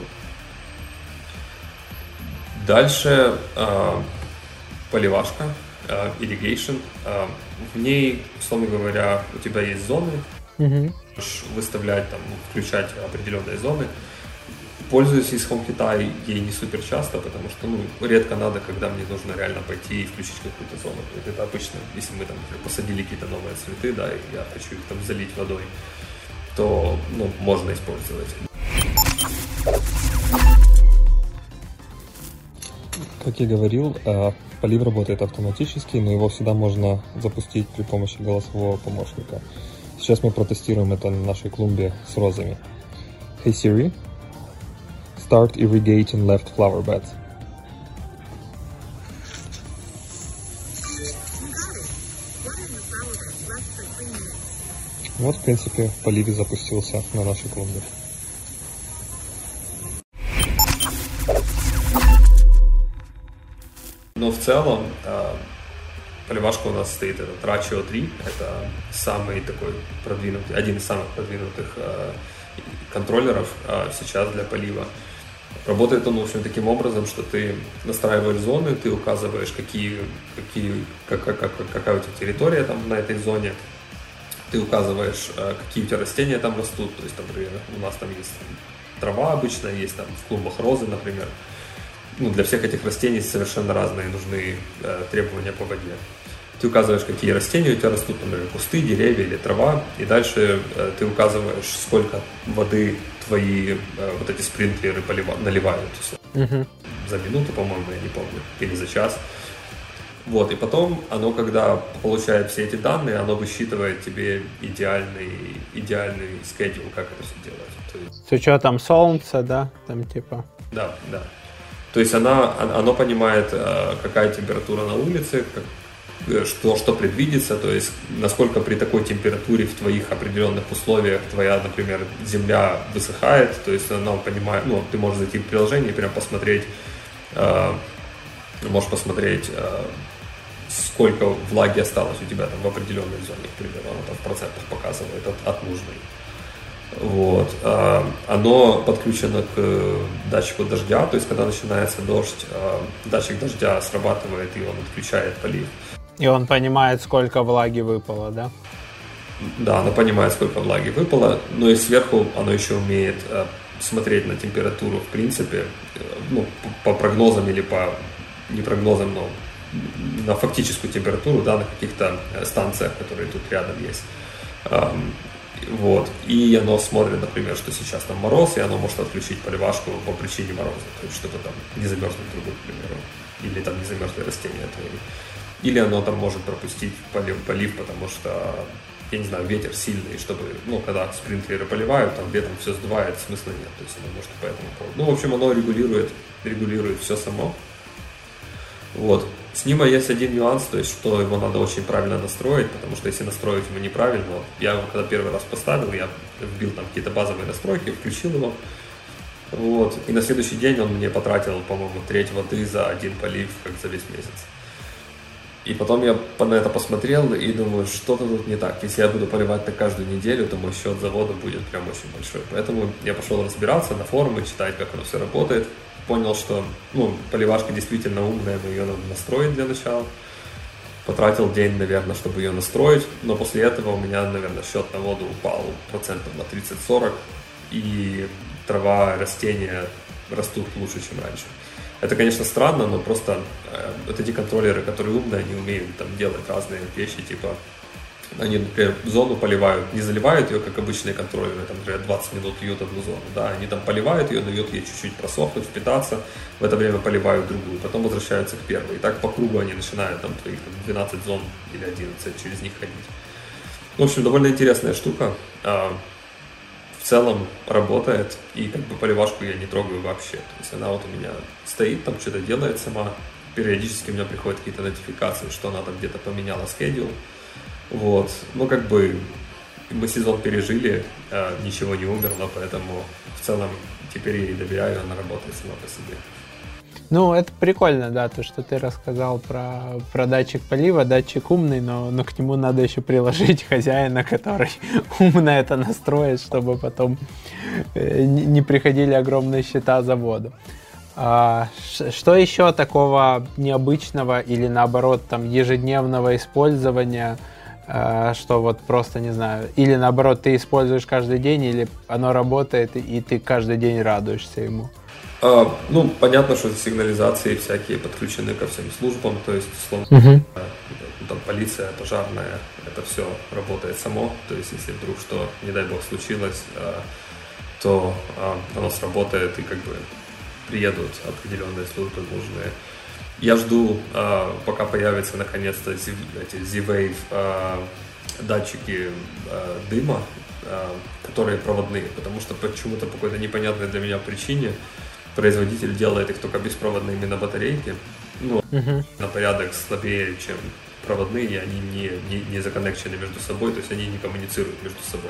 Дальше поливашка, irrigation. В ней, условно говоря, у тебя есть зоны. Можешь выставлять, включать определенные зоны. Пользуюсь из HomeKit ей не супер часто, потому что редко надо, когда мне нужно реально пойти и включить какую-то зону. Это обычно, если мы там посадили какие-то новые цветы, да, и я хочу их там залить водой, то можно использовать. Как я говорил, полив работает автоматически, но его всегда можно запустить при помощи голосового помощника. Сейчас мы протестируем это на нашей клумбе с розами. Hey Siri, start irrigating left flower beds. Вот, в принципе, полив запустился на нашей клумбе. Но в целом поливашка у нас стоит, это Rachio 3, это самый такой продвинутый, один из самых продвинутых контроллеров сейчас для полива. Работает он, в общем, таким образом, что ты настраиваешь зоны, ты указываешь, какая у тебя территория там на этой зоне, ты указываешь, какие у тебя растения там растут, то есть, например, у нас там есть трава обычно, есть там в клумбах розы, например. Для всех этих растений совершенно разные нужны требования по воде. Ты указываешь, какие растения у тебя растут, например, кусты, деревья или трава, и дальше ты указываешь, сколько воды твои вот эти спринклеры наливают. За минуту, по-моему, я не помню, или за час. Вот, и потом оно, когда получает все эти данные, оно высчитывает тебе идеальный скедул, как это все делать. То есть, с учетом солнца, да, там типа. Да. То есть оно понимает, какая температура на улице, что предвидится, то есть насколько при такой температуре в твоих определенных условиях твоя, например, земля высыхает, то есть оно понимает, ты можешь зайти в приложение и прям посмотреть, сколько влаги осталось у тебя там в определенной зоне, к примеру, оно там в процентах показывает от нужной. Вот. Оно подключено к датчику дождя, то есть когда начинается дождь, датчик дождя срабатывает и он отключает полив. И он понимает, сколько влаги выпало, да? Да, оно понимает, сколько влаги выпало, но и сверху оно еще умеет смотреть на температуру, в принципе, по прогнозам или по не прогнозам, но на фактическую температуру, да, на каких-то станциях, которые тут рядом есть. Вот. И оно смотрит, например, что сейчас там мороз, и оно может отключить поливашку по причине мороза. То есть что-то там не замерзнет трубы, к примеру. Или там не замерзли растения твои. Или оно там может пропустить полив, потому что, я не знаю, ветер сильный, чтобы, когда спринклеры поливают, там ветром все сдувает, смысла нет. То есть оно может по этому поводу. В общем, оно регулирует все само. Вот. С ним есть один нюанс, то есть, что его надо очень правильно настроить, потому что если настроить его неправильно, я его когда первый раз поставил, я вбил там какие-то базовые настройки, включил его, вот, и на следующий день он мне потратил, по-моему, треть воды за один полив, как за весь месяц. И потом я на это посмотрел и думаю, что-то тут не так. Если я буду поливать так каждую неделю, то мой счет за воду будет прям очень большой. Поэтому я пошел разбираться на форумы, читать, как оно все работает. Понял, что поливашка действительно умная, но ее надо настроить для начала. Потратил день, наверное, чтобы ее настроить, но после этого у меня, наверное, счет на воду упал процентов на 30-40, и трава, растения растут лучше, чем раньше. Это, конечно, странно, но просто вот эти контроллеры, которые умные, они умеют там делать разные вещи, типа они, например, зону поливают, не заливают ее, как обычные контроллеры, там, например, 20 минут льют одну зону, да, они там поливают ее, дают ей чуть-чуть просохнуть, впитаться, в это время поливают другую, потом возвращаются к первой, и так по кругу они начинают там твоих 12 зон или 11 через них ходить. В общем, довольно интересная штука, в целом работает, и как бы поливашку я не трогаю вообще, то есть она вот у меня стоит, там что-то делает сама, периодически у меня приходят какие-то нотификации, что она там где-то поменяла schedule. Вот, как бы мы сезон пережили, ничего не умерло, поэтому в целом теперь я ей доверяю, она работает сама по себе. Это прикольно, да, то, что ты рассказал про датчик полива. Датчик умный, но к нему надо еще приложить хозяина, который умно это настроит, чтобы потом не приходили огромные счета за воду. Что еще такого необычного или наоборот там ежедневного использования, что вот просто, не знаю, или наоборот ты используешь каждый день, или оно работает и ты каждый день радуешься ему? Понятно, что сигнализации всякие подключены ко всем службам, то есть, условно, там полиция, пожарная, это все работает само, то есть, если вдруг что, не дай бог, случилось, то оно сработает и как бы приедут определенные службы нужные. Я жду, пока появятся наконец-то эти Z-Wave датчики дыма, которые проводные, потому что почему-то по какой-то непонятной для меня причине производитель делает их только беспроводными на батарейке, на порядок слабее, чем проводные, и они не законнекчены между собой, то есть они не коммуницируют между собой.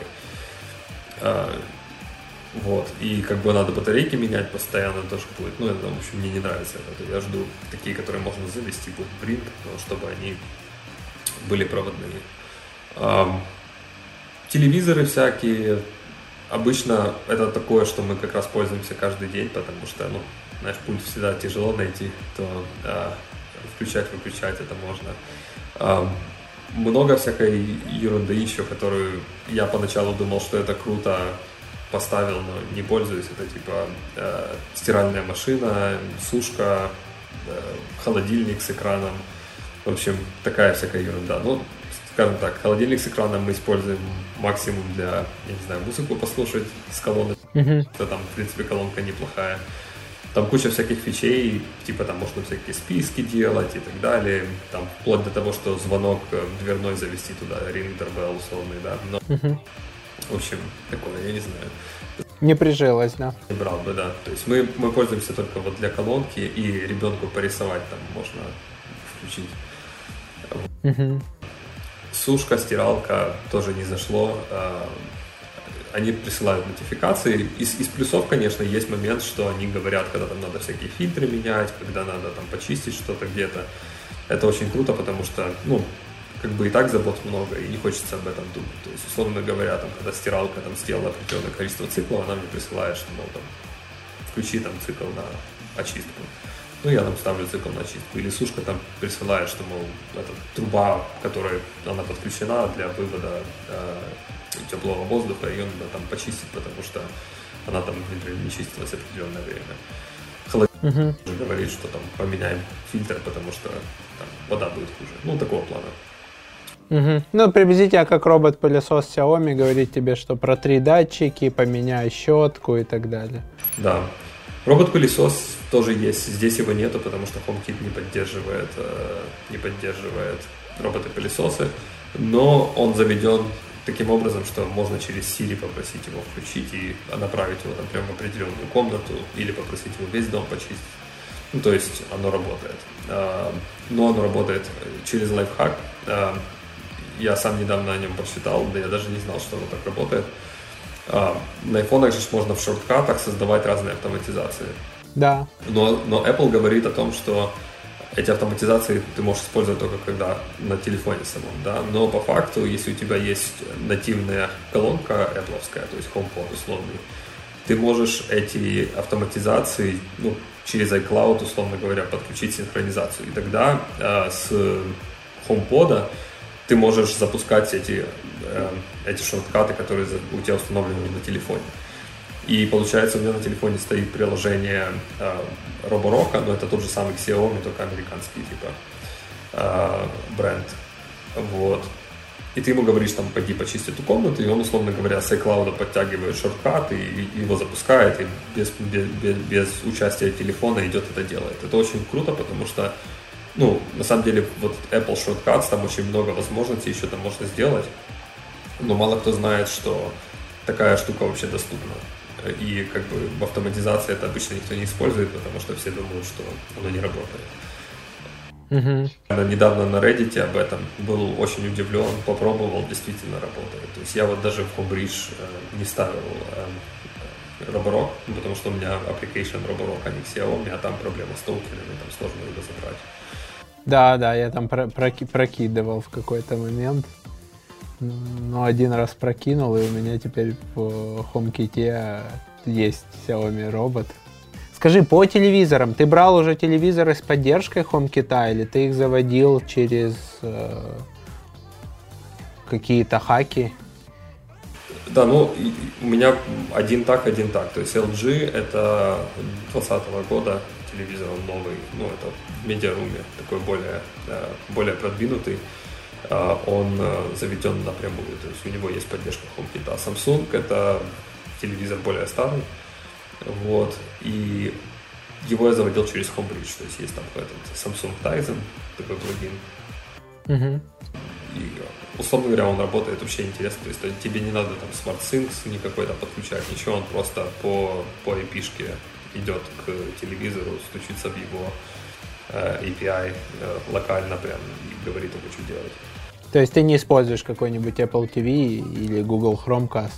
Вот, и как бы надо батарейки менять постоянно тоже будет, это, в общем, мне не нравится это. Я жду такие, которые можно завести, будут Brink, чтобы они были проводными. Телевизоры всякие, обычно это такое, что мы как раз пользуемся каждый день, потому что, пульт всегда тяжело найти, то включать-выключать это можно. Много всякой ерунды еще, которую я поначалу думал, что это круто, поставил, но не пользуюсь. Это типа стиральная машина, сушка, холодильник с экраном. В общем, такая всякая ерунда. Скажем так, холодильник с экраном мы используем максимум для, я не знаю, музыку послушать с колонок. Там, в принципе, колонка неплохая. Там куча всяких фичей, типа там можно всякие списки делать и так далее. Там вплоть до того, что звонок дверной завести туда, ring doorbell условный, да. Но, в общем, такое, я не знаю. Не прижилось, да? Не брал бы, да. То есть мы пользуемся только вот для колонки, и ребенку порисовать там можно включить. Сушка, стиралка тоже не зашло. Они присылают нотификации. Из плюсов, конечно, есть момент, что они говорят, когда там надо всякие фильтры менять, когда надо там почистить что-то где-то. Это очень круто, потому что, ну, как бы и так забот много, и не хочется об этом думать. То есть, условно говоря, там, когда стиралка там сделала определенное количество циклов, она мне присылает, что, мол, там, включи там цикл на очистку. Ну, я там ставлю цикл на очистку. Или сушка там присылает, что, мол, эта труба, которой она подключена для вывода теплого воздуха, ее надо там почистить, потому что она там, например, не чистилась определенное время. Холодильник говорит, что там поменяем фильтр, потому что там вода будет хуже. Ну, такого плана. Ну, приблизительно как робот-пылесос Xiaomi говорит тебе, что протри датчики, поменяй щетку и так далее. Да. Робот-пылесос тоже есть. Здесь его нету, потому что HomeKit не поддерживает роботы-пылесосы. Но он заведен таким образом, что можно через Siri попросить его включить и направить его там прямо в определенную комнату или попросить его весь дом почистить. Ну, то есть оно работает. Но оно работает через лайфхак. Я сам недавно о нем прочитал, да я даже не знал, что оно так работает. На айфонах же можно в шорткатах создавать разные автоматизации. Да. Но Apple говорит о том, что эти автоматизации ты можешь использовать только когда на телефоне самом, да. Но по факту, если у тебя есть нативная колонка Apple'овская, то есть HomePod условный, ты можешь эти автоматизации, ну, через iCloud, условно говоря, подключить синхронизацию. И тогда с HomePod ты можешь запускать эти шорткаты, которые у тебя установлены на телефоне. И получается, у меня на телефоне стоит приложение Roborock, но это тот же самый Xiaomi, только американский типа бренд. Вот. И ты ему говоришь, там, пойди почисти эту комнату, и он, условно говоря, с iCloud подтягивает шорткат и его запускает, и без участия телефона идет это делает. Это очень круто, потому что, ну, на самом деле, вот Apple Shortcuts, там очень много возможностей еще там можно сделать, но мало кто знает, что такая штука вообще доступна. И как бы в автоматизации это обычно никто не использует, потому что все думают, что оно не работает. Недавно на Reddit об этом был очень удивлен, попробовал, действительно работает. То есть я вот даже в Homebridge не ставил Roborock, потому что у меня application Roborock, а не Xiaomi, а там проблема с токенами, там сложно его забрать. Да, я там прокидывал в какой-то момент. Но один раз прокинул, и у меня теперь в HomeKit есть Xiaomi робот. Скажи, по телевизорам, ты брал уже телевизоры с поддержкой HomeKit, или ты их заводил через какие-то хаки? Да, ну, у меня один так. То есть LG это 2020 года телевизор, он новый, ну, это в медиаруме, такой более продвинутый. Он заведен напрямую, то есть у него есть поддержка HomeKit. А Samsung это телевизор более старый, вот, и его я заводил через Homebridge, то есть там этот Samsung Tizen, такой плагин. И, условно говоря, он работает вообще интересно, то есть тебе не надо там SmartSync никакой там подключать, ничего, он просто по IP-шке идет к телевизору, стучится в его API локально прям и говорит ему, что делать. То есть ты не используешь какой-нибудь Apple TV или Google Chromecast?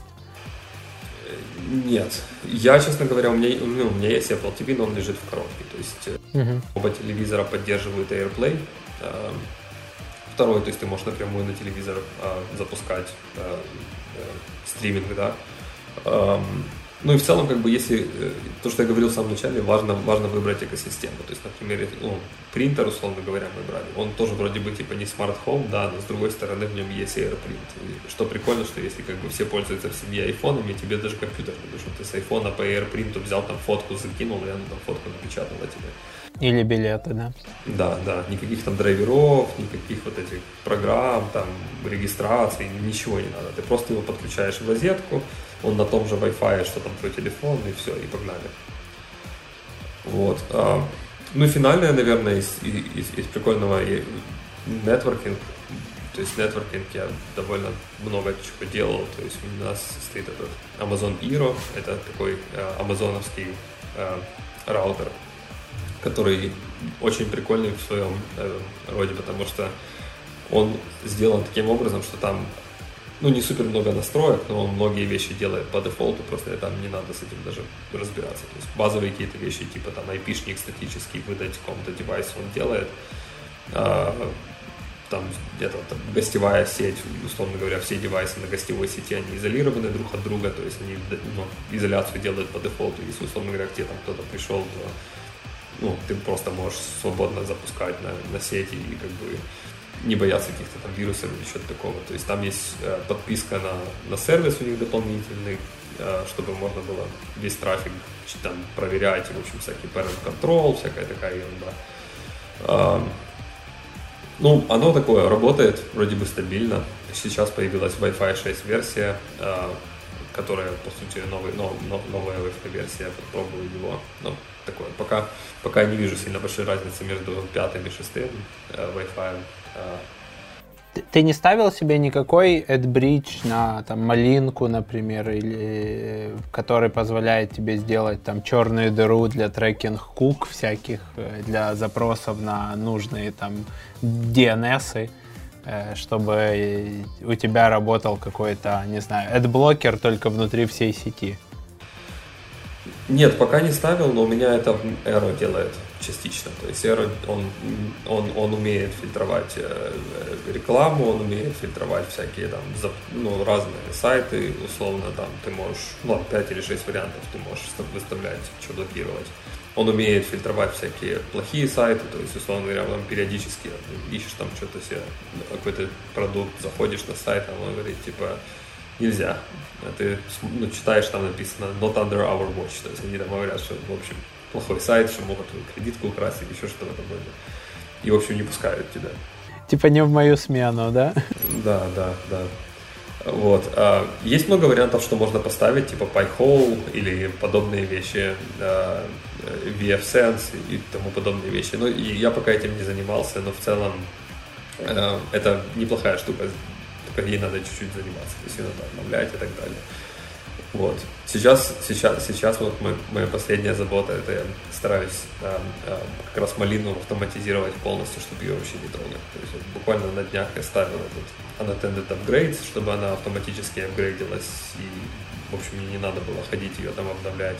Нет. Я, честно говоря, у меня есть Apple TV, но он лежит в коробке. То есть оба телевизора поддерживают AirPlay. Второй, то есть ты можешь напрямую на телевизор запускать стриминг, да. Ну и в целом, как бы, если то, что я говорил в самом начале, важно выбрать экосистему. То есть, например, принтер, условно говоря, мы брали. Он тоже вроде бы типа не Smart Home, да, но с другой стороны в нем есть AirPrint. И что прикольно, что если как бы все пользуются в семье айфонами, тебе даже компьютер не нужен. Ты с айфона по AirPrint взял там фотку, закинул, и она там фотку напечатала тебе. Или билеты, да? Да. Никаких там драйверов, никаких вот этих программ, там, регистрации, ничего не надо. Ты просто его подключаешь в розетку, он на том же Wi-Fi, что там твой телефон, и все, и погнали. Вот. Ну и финальное, наверное, из прикольного нетворкинг. То есть нетворкинг я довольно много чего делал. То есть у нас стоит этот Amazon Iro, это такой амазоновский раутер, который очень прикольный в своем роде, потому что он сделан таким образом, что там не супер много настроек, но он многие вещи делает по дефолту, просто там не надо с этим даже разбираться. То есть базовые какие-то вещи, типа там IP-шник статический выдать какому-то девайсу он делает. Там где-то гостевая сеть, условно говоря, все девайсы на гостевой сети, они изолированы друг от друга, то есть они изоляцию делают по дефолту. Если, условно говоря, к тебе там кто-то пришел, то ты просто можешь свободно запускать на сети и как бы не бояться каких-то там вирусов или чего-то такого. То есть там есть подписка на сервис у них дополнительный, чтобы можно было весь трафик там проверять, в общем, всякий parent control, всякая такая ерунда. Оно такое, работает вроде бы стабильно. Сейчас появилась Wi-Fi 6 версия, которая, по сути, новая Wi-Fi версия, я попробую его. Но такое, пока не вижу сильно большой разницы между 5 и 6 Wi-Fi. Ты не ставил себе никакой AdBridge на там малинку, например, или который позволяет тебе сделать там черную дыру для трекинг-кук всяких, для запросов на нужные там DNS, чтобы у тебя работал какой-то, не знаю, AdBlocker только внутри всей сети? Нет, пока не ставил, но у меня это Aero делает частично. То есть Aero, он умеет фильтровать рекламу, он умеет фильтровать всякие там разные сайты, условно там ты можешь, 5 или 6 вариантов ты можешь выставлять, что блокировать. Он умеет фильтровать всякие плохие сайты, то есть, условно говоря, он периодически ищешь там что-то себе, какой-то продукт, заходишь на сайт, он говорит, типа, нельзя. А ты читаешь, там написано not under our watch, то есть они там говорят, что, в общем, плохой сайт, что могут кредитку украсть или еще что-то в этом роде. И, в общем, не пускают тебя. Типа не в мою смену, да? Да. Вот. Есть много вариантов, что можно поставить, типа Pi-hole или подобные вещи, VFSense и тому подобные вещи. И я пока этим не занимался, но в целом это неплохая штука, только ей надо чуть-чуть заниматься, то есть ее надо обновлять и так далее. Вот. Сейчас вот моя последняя забота, это я стараюсь как раз малину автоматизировать полностью, чтобы ее вообще не трогать. То есть вот буквально на днях я ставил этот unattended upgrades, чтобы она автоматически апгрейдилась, и, в общем, мне не надо было ходить ее там обновлять.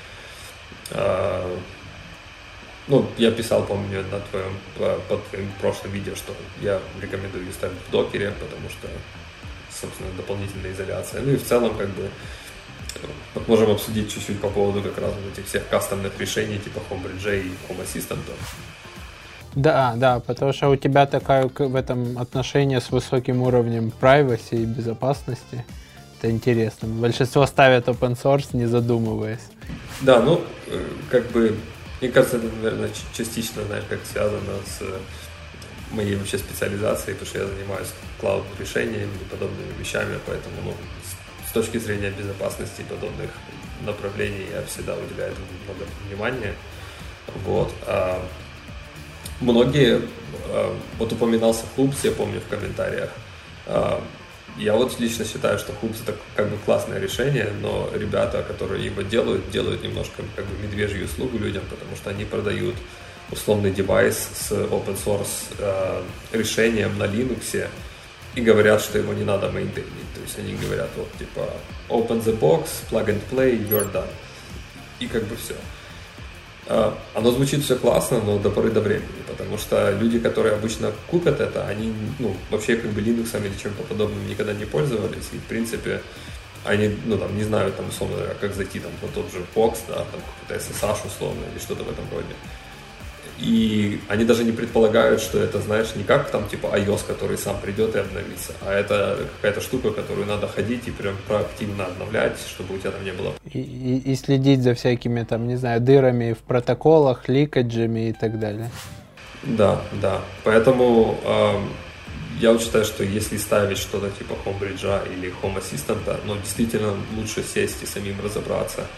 Я писал, помню, под твоим прошлым видео, что я рекомендую ее ставить в докере, потому что, собственно, дополнительная изоляция. И в целом, как бы, можем обсудить чуть-чуть по поводу как раз вот этих всех кастомных решений, типа Homebridge и Home Assistant. Да, потому что у тебя такая в этом отношение с высоким уровнем privacy и безопасности. Это интересно. Большинство ставят open source, не задумываясь. Да, как бы, мне кажется, это, наверное, частично, знаешь, как связано с моей вообще специализацией, потому что я занимаюсь клауд-решениями и подобными вещами, поэтому, с точки зрения безопасности и подобных направлений я всегда уделяю этому много внимания. Вот. Многие, вот упоминался Hoops, я помню в комментариях. Я вот лично считаю, что Hoops это как бы классное решение, но ребята, которые его делают немножко как бы медвежью услугу людям, потому что они продают условный девайс с open source решением на Linux и говорят, что его не надо мейнтейнить. То есть они говорят, вот типа open the box, plug and play, you're done. И как бы все. Оно звучит все классно, но до поры до времени, потому что люди, которые обычно купят это, они вообще как бы Linux или чем-то подобным никогда не пользовались, и в принципе они не знают, там, условно, как зайти там, в тот же Box, да, там какой-то SSH условно или что-то в этом роде. И они даже не предполагают, что это, знаешь, не как там типа iOS, который сам придет и обновится, а это какая-то штука, которую надо ходить и прям проактивно обновлять, чтобы у тебя там не было. И следить за всякими там, не знаю, дырами в протоколах, ликаджами и так далее. Да. Поэтому я считаю, что если ставить что-то типа Homebridge или Home Assistant, действительно лучше сесть и самим разобраться.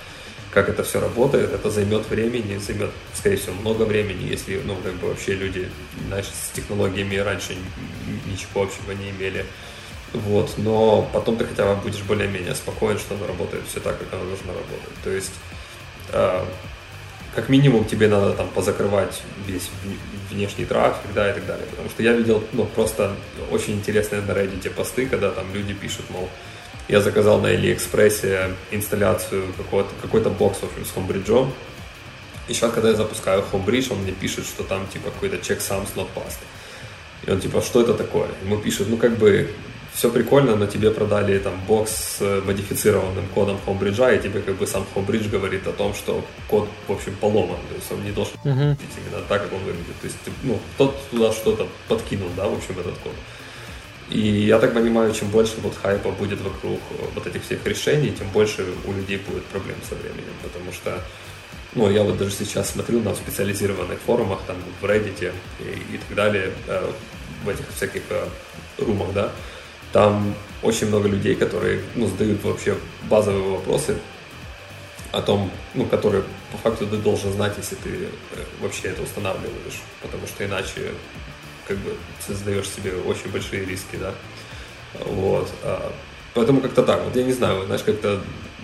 как это все работает. Это займет времени, займет, скорее всего, много времени, если, ну, как бы вообще люди, знаешь, с технологиями раньше ничего общего не имели. Вот, но потом ты хотя бы будешь более-менее спокоен, что оно работает все так, как оно должно работать. То есть, как минимум, тебе надо там позакрывать весь внешний трафик, да, и так далее. Потому что я видел, ну, просто очень интересные на Reddit посты, когда там люди пишут, мол, я заказал на AliExpress инсталляцию какой-то бокс, в общем, с Homebridge. И сейчас, когда я запускаю Homebridge, он мне пишет, что там, типа, какой-то checksums not passed. И он, типа, что это такое? Ему пишет, ну, как бы, все прикольно, но тебе продали там бокс с модифицированным кодом Homebridge, и тебе как бы сам Homebridge говорит о том, что код, в общем, поломан, то есть он не должен быть именно так, как он выглядит. То есть, ну, кто-то туда что-то подкинул, да, в общем, этот код. И я так понимаю, чем больше вот хайпа будет вокруг вот этих всех решений, тем больше у людей будет проблем со временем, потому что, ну, я вот даже сейчас смотрю на специализированных форумах, там, в Reddit и так далее, в этих всяких румах, да, там очень много людей, которые, ну, задают вообще базовые вопросы о том, ну, которые по факту ты должен знать, если ты вообще это устанавливаешь, потому что иначе как бы создаешь себе очень большие риски, да, вот, поэтому как-то так, вот я не знаю, знаешь, как-то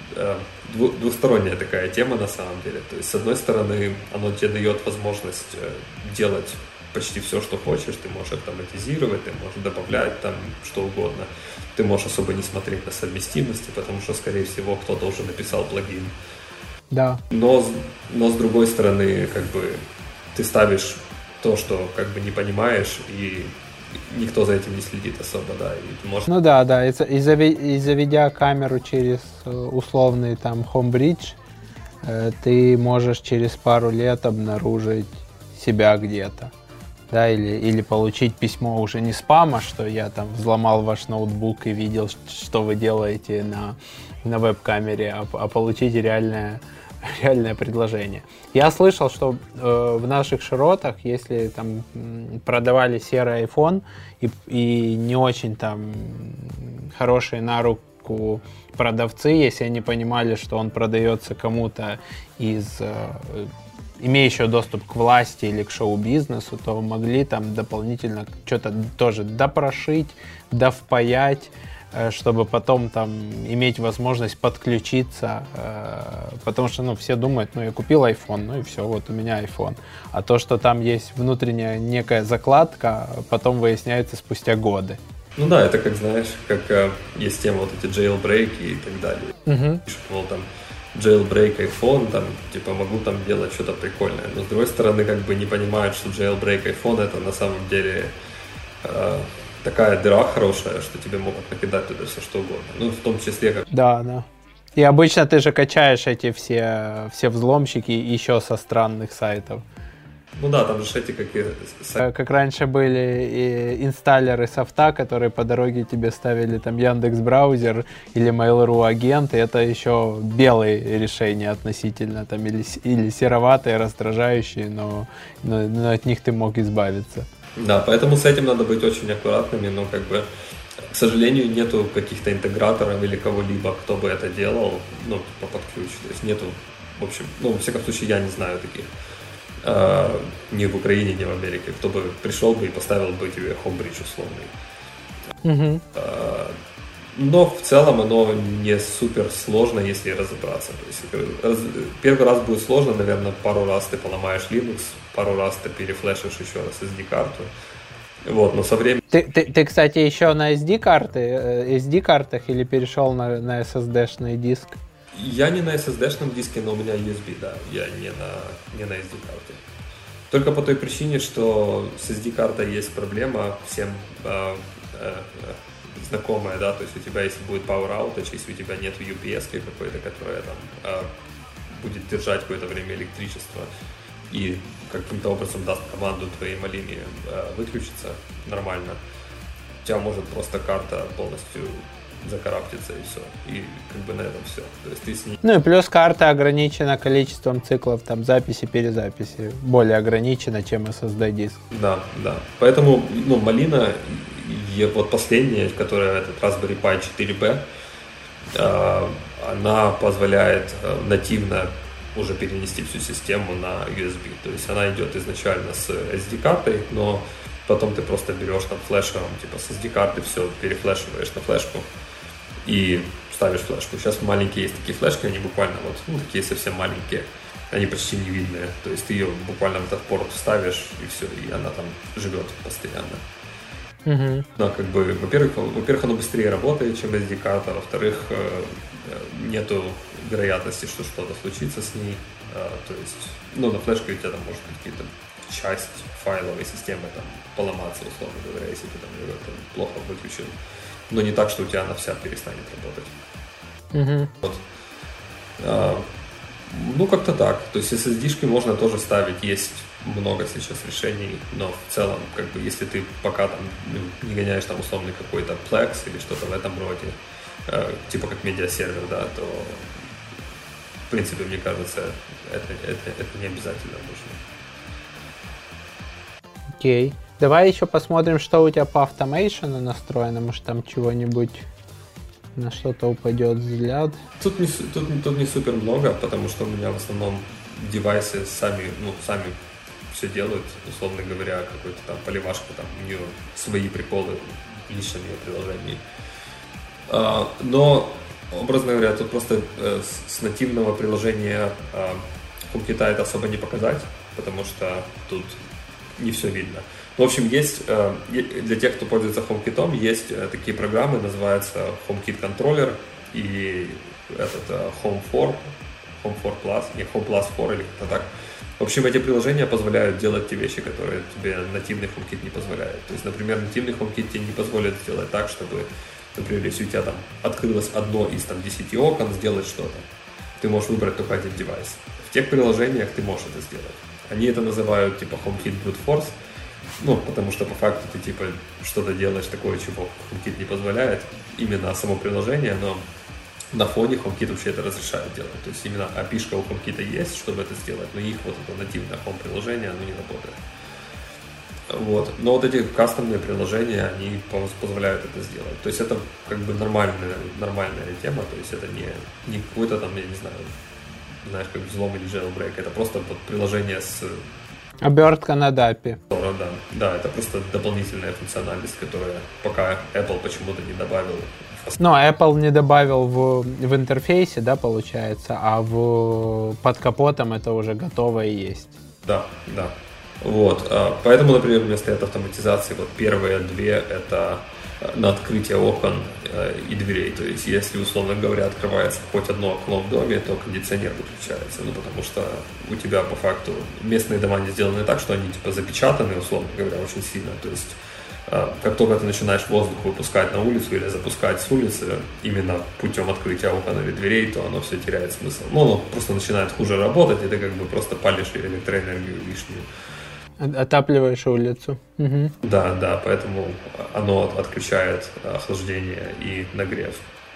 двусторонняя такая тема на самом деле, то есть с одной стороны оно тебе дает возможность делать почти все, что хочешь, ты можешь автоматизировать, ты можешь добавлять там что угодно, ты можешь особо не смотреть на совместимости, потому что, скорее всего, кто-то уже написал плагин. Да. Но с другой стороны, как бы, ты ставишь то, что как бы не понимаешь, и никто за этим не следит особо, да, и ты можешь... Ну да, и заведя камеру через условный там Homebridge, ты можешь через пару лет обнаружить себя где-то. Да, или получить письмо уже не спама, что я там взломал ваш ноутбук и видел, что вы делаете на веб-камере, а получить реальное предложение. Я слышал, что в наших широтах, если там продавали серый iPhone и не очень там хорошие на руку продавцы, если они понимали, что он продается кому-то из имеющего доступ к власти или к шоу-бизнесу, то могли там дополнительно что-то тоже допрошить, довпаять, чтобы потом там иметь возможность подключиться, потому что, ну, все думают, ну, я купил iPhone, ну и все, вот у меня iPhone. А то, что там есть внутренняя некая закладка, потом выясняется спустя годы. Ну да, это как, знаешь, как есть тема вот эти jailbreak и так далее. Мол, там jailbreak iPhone, там, типа, могу там делать что-то прикольное. Но с другой стороны, как бы не понимают, что jailbreak iPhone это на самом деле такая дыра хорошая, что тебе могут накидать туда все что угодно. Ну, в том числе как... Да. И обычно ты же качаешь эти все взломщики еще со странных сайтов. Ну да, там же эти какие... Как раньше были и инсталлеры софта, которые по дороге тебе ставили там Яндекс.Браузер или Mail.ru агент, и это еще белые решения относительно, там, или сероватые, раздражающие, но от них ты мог избавиться. Да, поэтому с этим надо быть очень аккуратными, но как бы, к сожалению, нету каких-то интеграторов или кого-либо, кто бы это делал, ну, под ключ, то есть нету, в общем, ну, во всяком случае, я не знаю таких. Ни в Украине, ни в Америке, кто бы пришел бы и поставил бы тебе Homebridge условный. Но в целом оно не супер сложно, если разобраться. То есть, первый раз будет сложно, наверное, пару раз ты поломаешь Linux, пару раз ты перефлешишь еще раз SD-карту. Вот, но со временем... Ты, кстати, еще на SD-картах или перешел на SSD-шный диск? Я не на SSD-шном диске, но у меня USB, да. Я не на SD-карте. Только по той причине, что с SD-картой есть проблема, всем знакомая, да, то есть у тебя, если будет power outage, если у тебя нет UPS какой-то, которая там будет держать какое-то время электричество и каким-то образом даст команду твоей малине выключиться нормально, у тебя может просто карта полностью закараптится и все. И как бы на этом все. То есть ты с ней... Ну и плюс карта ограничена количеством циклов там записи, перезаписи. Более ограничена, чем SSD диск. Да. Поэтому, ну, малина, вот последняя, которая этот Raspberry Pi 4B, она позволяет нативно уже перенести всю систему на USB. То есть она идет изначально с SD-картой, но потом ты просто берешь там флешером, типа с SD-карты все перефлешиваешь на флешку и ставишь флешку. Сейчас маленькие есть такие флешки, они буквально вот, ну, такие совсем маленькие, они почти не видные. То есть ты ее буквально в этот порт вставишь и все, и она там живет постоянно. Да, как бы, во-первых, оно быстрее работает, чем SD-карта, во-вторых, нету вероятности, что что-то случится с ней. То есть, ну, на флешке у тебя там может быть какие-то часть файловой системы там поломаться, условно говоря, если ты там ее плохо выключил. Но не так, что у тебя она вся перестанет работать. Вот. Ну, как-то так. То есть SSD-шки можно тоже ставить. Есть много сейчас решений, но в целом, как бы, если ты пока там не гоняешь там условный какой-то Plex или что-то в этом роде, типа как медиасервер, да, то в принципе, мне кажется, это не обязательно нужно. Окей. Давай еще посмотрим, что у тебя по автомейшену настроено. Может, там чего-нибудь на что-то упадет взгляд. Тут не супер много, потому что у меня в основном девайсы сами все делают, условно говоря, какой-то там поливашка, там у нее свои приколы в личном ее приложении. Но, образно говоря, тут просто с нативного приложения HomeKit это особо не показать, потому что тут не все видно. В общем, есть для тех, кто пользуется HomeKit, есть такие программы, называются HomeKit Controller и этот Home4 Plus, не Home Plus 4 или как-то так. В общем, эти приложения позволяют делать те вещи, которые тебе нативный HomeKit не позволяет. То есть, например, нативный HomeKit тебе не позволит сделать так, чтобы, например, если у тебя там открылось одно из там 10 окон, сделать что-то. Ты можешь выбрать только один девайс. В тех приложениях ты можешь это сделать. Они это называют типа HomeKit Brute Force, ну, потому что по факту ты типа что-то делаешь такое, чего HomeKit не позволяет, именно само приложение, но на фоне HomeKit вообще это разрешает делать. То есть именно API-шка у HomeKit есть, чтобы это сделать, но их вот это нативное Home-приложение, оно не работает. Вот. Но вот эти кастомные приложения, они позволяют это сделать. То есть это как бы нормальная тема, то есть это не какой-то там, я не знаю, знаешь, как взлом или jailbreak, это просто вот приложение с... Обертка на DAPI. Да, это просто дополнительная функциональность, которая пока Apple почему-то не добавил. Но Apple не добавил в интерфейсе, да, получается, а под капотом это уже готово и есть. Да. Вот. Поэтому, например, у меня стоят автоматизации. Вот первые две — это на открытие окон и дверей. То есть, если, условно говоря, открывается хоть одно окно в доме, то кондиционер выключается. Ну, потому что у тебя, по факту, местные дома не сделаны так, что они, типа, запечатаны, условно говоря, очень сильно. То есть, как только ты начинаешь воздух выпускать на улицу или запускать с улицы, именно путем открытия окон или дверей, то оно все теряет смысл. Ну, оно просто начинает хуже работать, и ты как бы просто палишь электроэнергию лишнюю. Отапливаешь улицу. Угу. Да, поэтому оно отключает охлаждение и нагрев.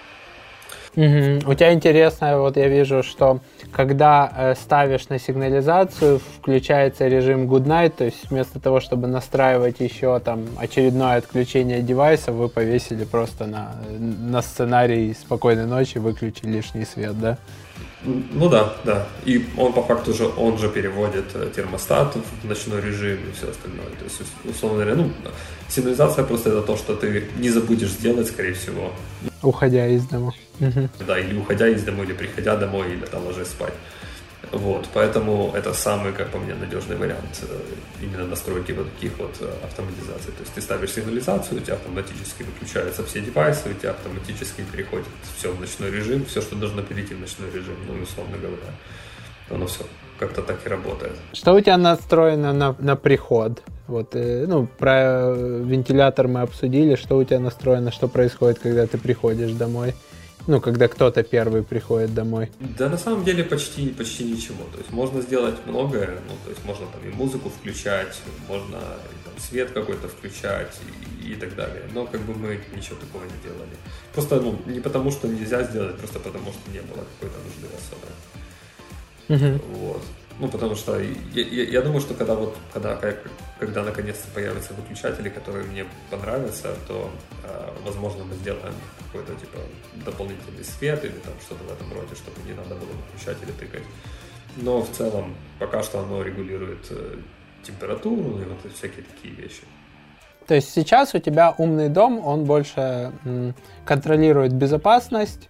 Угу. У тебя интересно, вот я вижу, что когда ставишь на сигнализацию, включается режим Good Night, то есть вместо того, чтобы настраивать еще там очередное отключение девайса, вы повесили просто на сценарий спокойной ночи, выключили лишний свет, да? Ну да. И он по факту он же переводит термостат в ночной режим и все остальное. То есть, условно говоря, сигнализация просто это то, что ты не забудешь сделать, скорее всего. Уходя из дома. Угу. Да, или уходя из дома, или приходя домой, или там ложась спать. Вот, поэтому это самый, как по мне, надежный вариант именно настройки вот таких вот автоматизаций. То есть ты ставишь сигнализацию, у тебя автоматически выключаются все девайсы, у тебя автоматически переходит все в ночной режим, все, что должно перейти в ночной режим, условно говоря, оно все как-то так и работает. Что у тебя настроено на приход? Вот, про вентилятор мы обсудили, что у тебя настроено, что происходит, когда ты приходишь домой? Когда кто-то первый приходит домой. Да, на самом деле почти ничего. То есть можно сделать многое, то есть можно там и музыку включать, можно там свет какой-то включать и так далее. Но как бы мы ничего такого не делали. Просто, не потому что нельзя сделать, просто потому что не было какой-то нужды особой. Вот. Ну, потому что я думаю, что когда наконец-то появятся выключатели, которые мне понравятся, то, возможно, мы сделаем какой-то, типа, дополнительный свет или там что-то в этом роде, чтобы не надо было выключатели тыкать. Но в целом пока что оно регулирует температуру и вот всякие такие вещи. То есть сейчас у тебя умный дом, он больше контролирует безопасность,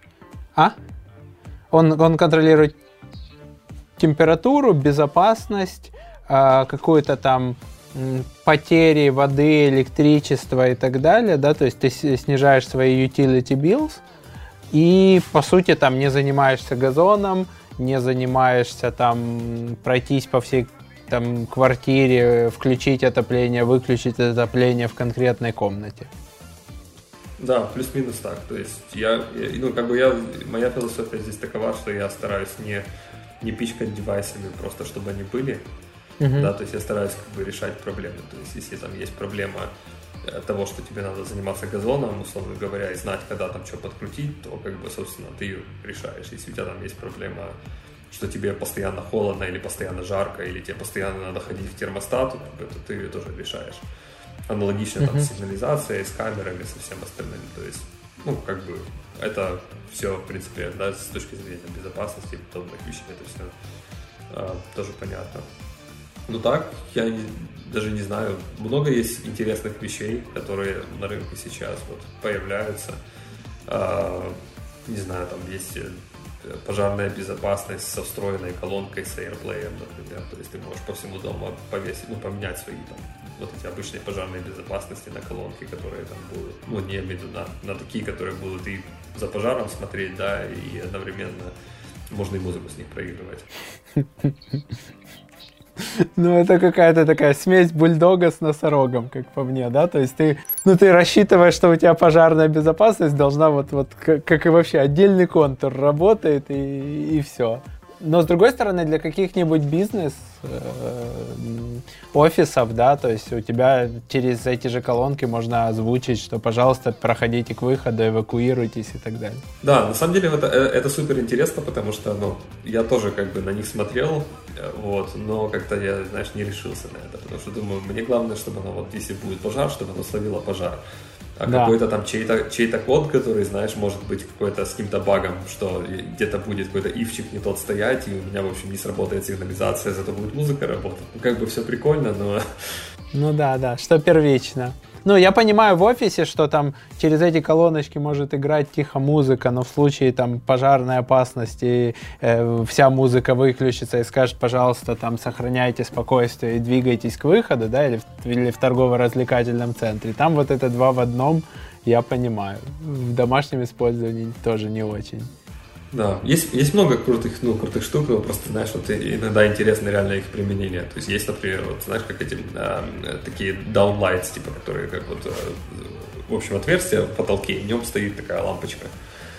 Он контролирует температуру, безопасность, какую-то там потери воды, электричества и так далее, да, то есть ты снижаешь свои utility bills и, по сути, там не занимаешься газоном, не занимаешься там пройтись по всей там квартире, включить отопление, выключить отопление в конкретной комнате. Да, плюс-минус так. То есть моя философия здесь такова, что я стараюсь не пичкать девайсами просто, чтобы они были. Да, то есть я стараюсь как бы решать проблемы. То есть если там есть проблема того, что тебе надо заниматься газоном, условно говоря, и знать, когда там что подкрутить, то как бы, собственно, ты ее решаешь. Если у тебя там есть проблема, что тебе постоянно холодно или постоянно жарко, или тебе постоянно надо ходить в термостат, то ты ее тоже решаешь. Аналогично там с сигнализацией, с камерами, со всем остальным. То есть, как бы это все, в принципе, да, с точки зрения безопасности и подобных вещей, это все тоже понятно. Ну так, я даже не знаю, много есть интересных вещей, которые на рынке сейчас вот появляются. Не знаю, там есть пожарная безопасность со встроенной колонкой с AirPlay, например. То есть ты можешь по всему дому повесить, поменять свои там вот эти обычные пожарные безопасности на колонки, которые там будут, не имею в виду на такие, которые будут и за пожаром смотреть, да, и одновременно можно и музыку с них проигрывать. Это какая-то такая смесь бульдога с носорогом, как по мне, да? То есть ты рассчитываешь, что у тебя пожарная безопасность должна вот как и вообще отдельный контур работает и все. Но, с другой стороны, для каких-нибудь офисов, да, то есть у тебя через эти же колонки можно озвучить, что, пожалуйста, проходите к выходу, эвакуируйтесь и так далее. Да, на самом деле это супер интересно, потому что, я тоже как бы на них смотрел, вот, но как-то я, знаешь, не решился на это, потому что думаю, мне главное, чтобы оно, вот если будет пожар, чтобы оно словило пожар. А да. Какой-то там чей-то код, который, знаешь, может быть какой-то с каким-то багом, что где-то будет какой-то ивчик не тот стоять, и у меня, в общем, не сработает сигнализация, зато будет музыка работать. Как бы все прикольно, но... Да, что первично. Я понимаю в офисе, что там через эти колоночки может играть тихо музыка, но в случае там пожарной опасности вся музыка выключится и скажет, пожалуйста, там сохраняйте спокойствие и двигайтесь к выходу, да, или в торгово-развлекательном центре. Там вот это 2 в 1, я понимаю. В домашнем использовании тоже не очень. Да, есть много крутых штук, но просто, знаешь, вот иногда интересно реально их применение. То есть, например, вот, знаешь, как эти такие downlights, типа, которые как вот, в общем, отверстие в потолке, и в нем стоит такая лампочка.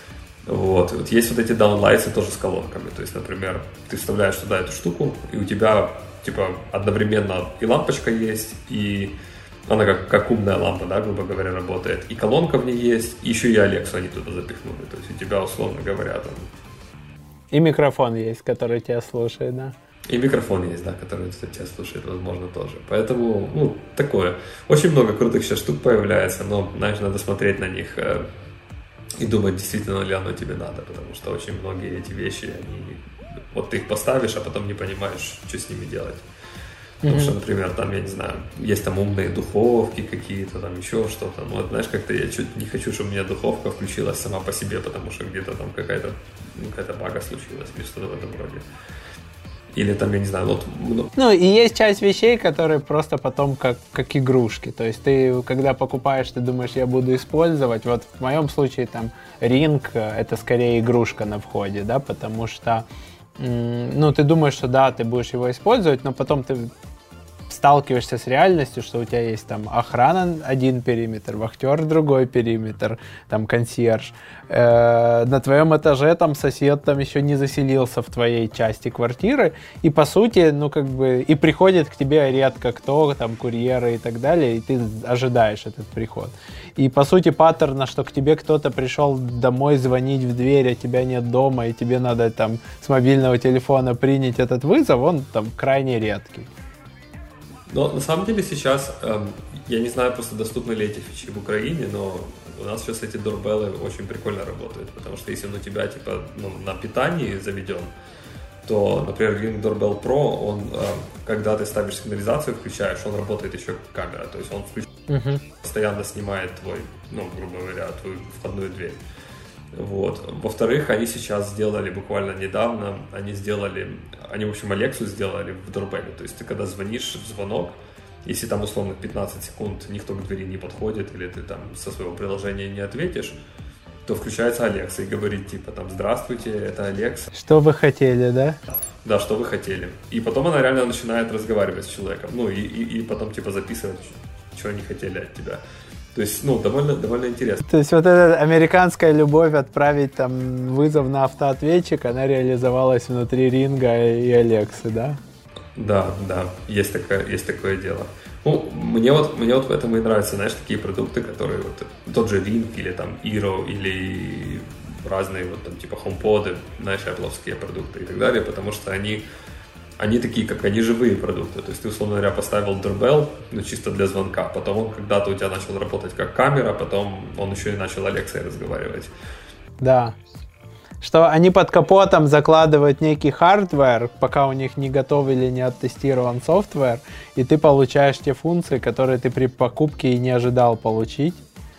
Вот есть вот эти downlights тоже с колонками. То есть, например, ты вставляешь туда эту штуку, и у тебя, типа, одновременно и лампочка есть, и она как умная лампа, да, грубо говоря, работает. И колонка в ней есть, и еще и Алексу они туда запихнули. То есть у тебя, условно говоря, там... И микрофон есть, который тебя слушает, да? И микрофон есть, да, который тебя слушает, возможно, тоже. Поэтому, такое. Очень много крутых сейчас штук появляется, но, знаешь, надо смотреть на них и думать, действительно ли оно тебе надо, потому что очень многие эти вещи, вот ты их поставишь, а потом не понимаешь, что с ними делать. Потому что, например, там, я не знаю, есть там умные духовки какие-то, там еще что-то. Знаешь, как-то я чуть не хочу, чтобы у меня духовка включилась сама по себе, потому что где-то там какая-то бага случилась или что-то в этом роде. Или там, я не знаю, вот... и есть часть вещей, которые просто потом как игрушки. То есть ты, когда покупаешь, ты думаешь, я буду использовать. Вот в моем случае там Ring — это скорее игрушка на входе, да, потому что ты думаешь, что да, ты будешь его использовать, но потом ты сталкиваешься с реальностью, что у тебя есть там охрана один периметр, вахтер другой периметр, там консьерж. На твоем этаже там сосед там еще не заселился в твоей части квартиры, и по сути, ну как бы, и приходит к тебе редко кто, там курьеры и так далее, и ты ожидаешь этот приход. И по сути паттерна, что к тебе кто-то пришел домой звонить в дверь, а тебя нет дома, и тебе надо там с мобильного телефона принять этот вызов, он там крайне редкий. Но на самом деле сейчас, я не знаю просто доступны ли эти фичи в Украине, но у нас сейчас эти дорбеллы очень прикольно работают, потому что если он у тебя типа на питании заведен, то, например, Ring Doorbell Pro, он, когда ты ставишь сигнализацию, включаешь, он работает еще как камера, то есть он постоянно снимает твой, ну, грубо говоря, твою входную дверь. Вот. Во-вторых, они сейчас сделали буквально недавно, они, в общем, Алексу сделали в дорбеле, то есть ты когда звонишь в звонок, если там условно 15 секунд никто к двери не подходит, или ты там со своего приложения не ответишь, то включается Алекса и говорит типа там «Здравствуйте, это Алекса». Что вы хотели, да? Да, что вы хотели. И потом она реально начинает разговаривать с человеком, ну и потом типа записывать, что они хотели от тебя. То есть, ну, довольно интересно. То есть вот эта американская любовь отправить там вызов на автоответчик, она реализовалась внутри Ринга и Алексы, да? Да, есть такое дело. Ну, мне вот в этом и нравятся, знаешь, такие продукты, которые вот тот же Ring или там Eero или разные вот там типа HomePod, знаешь, Apple-овские продукты и так далее, потому что они такие, как они живые продукты. То есть ты, условно говоря, поставил Doorbell, ну, чисто для звонка, потом он когда-то у тебя начал работать как камера, потом он еще и начал Алексой разговаривать. Да. Что они под капотом закладывают некий хардвер, пока у них не готов или не оттестирован софтвер, и ты получаешь те функции, которые ты при покупке и не ожидал получить.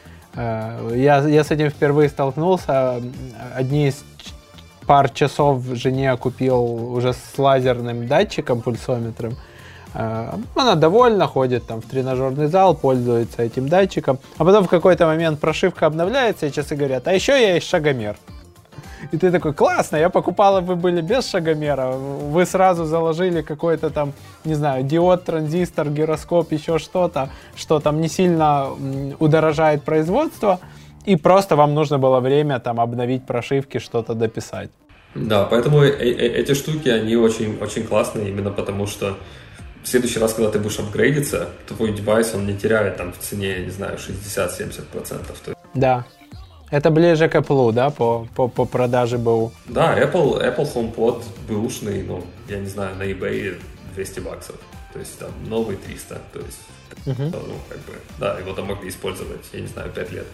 Я с этим впервые столкнулся. Одни из пар часов жене купил уже с лазерным датчиком, пульсометром. Она довольна, ходит там в тренажерный зал, пользуется этим датчиком. А потом в какой-то момент прошивка обновляется, и часы говорят, а еще есть шагомер. И ты такой, классно, я покупала, вы были без шагомера, вы сразу заложили какой-то там, не знаю, диод, транзистор, гироскоп, еще что-то, что там не сильно удорожает производство, и просто вам нужно было время там обновить прошивки, что-то дописать. Да, поэтому эти штуки, они очень, очень классные, именно потому что в следующий раз, когда ты будешь апгрейдиться, твой девайс, он не теряет там в цене, я не знаю, 60-70%. Да. Это ближе к Apple, да, по продаже БУ? Да, Apple HomePod бэушный, ну, я не знаю, на eBay $200. То есть там новый 300. То есть, ну, как бы, да, его там могли использовать, я не знаю, 5 лет.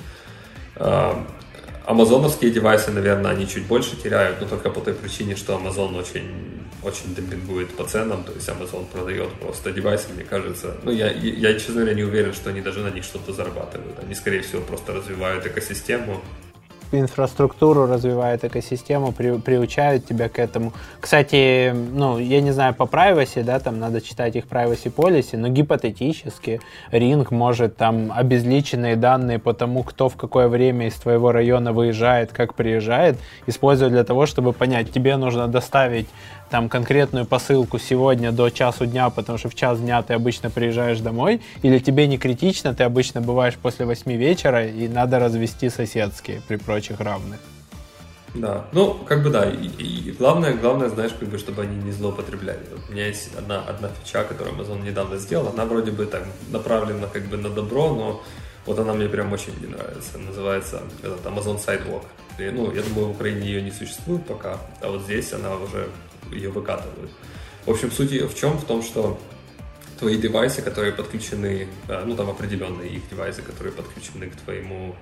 Амазоновские девайсы, наверное, они чуть больше теряют, но только по той причине, что Amazon очень, очень демпингует по ценам, то есть Amazon продает просто девайсы, мне кажется. Ну, я, честно говоря, не уверен, что они даже на них что-то зарабатывают. Они, скорее всего, просто развивают экосистему. Инфраструктуру развивает экосистему, приучают тебя к этому. Кстати, ну, я не знаю по privacy, да, там надо читать их privacy policy, но гипотетически Ring может там обезличенные данные по тому, кто в какое время из твоего района выезжает, как приезжает, использовать для того, чтобы понять, тебе нужно доставить там конкретную посылку сегодня до часу дня, потому что в час дня ты обычно приезжаешь домой, или тебе не критично, ты обычно бываешь после 8 вечера, и надо развести соседские при прочих равных. Да, ну, как бы да, и главное, знаешь, как бы, чтобы они не злоупотребляли. Вот у меня есть одна фича, которую Amazon недавно сделал, она вроде бы так направлена как бы на добро, но вот она мне прям очень не нравится. Называется этот Amazon Sidewalk. И, ну, я думаю, в Украине ее не существует пока, а вот здесь она уже ее выкатывают. В общем, суть в чем? В том, что твои девайсы, которые подключены, ну там определенные их девайсы, которые подключены к твоему,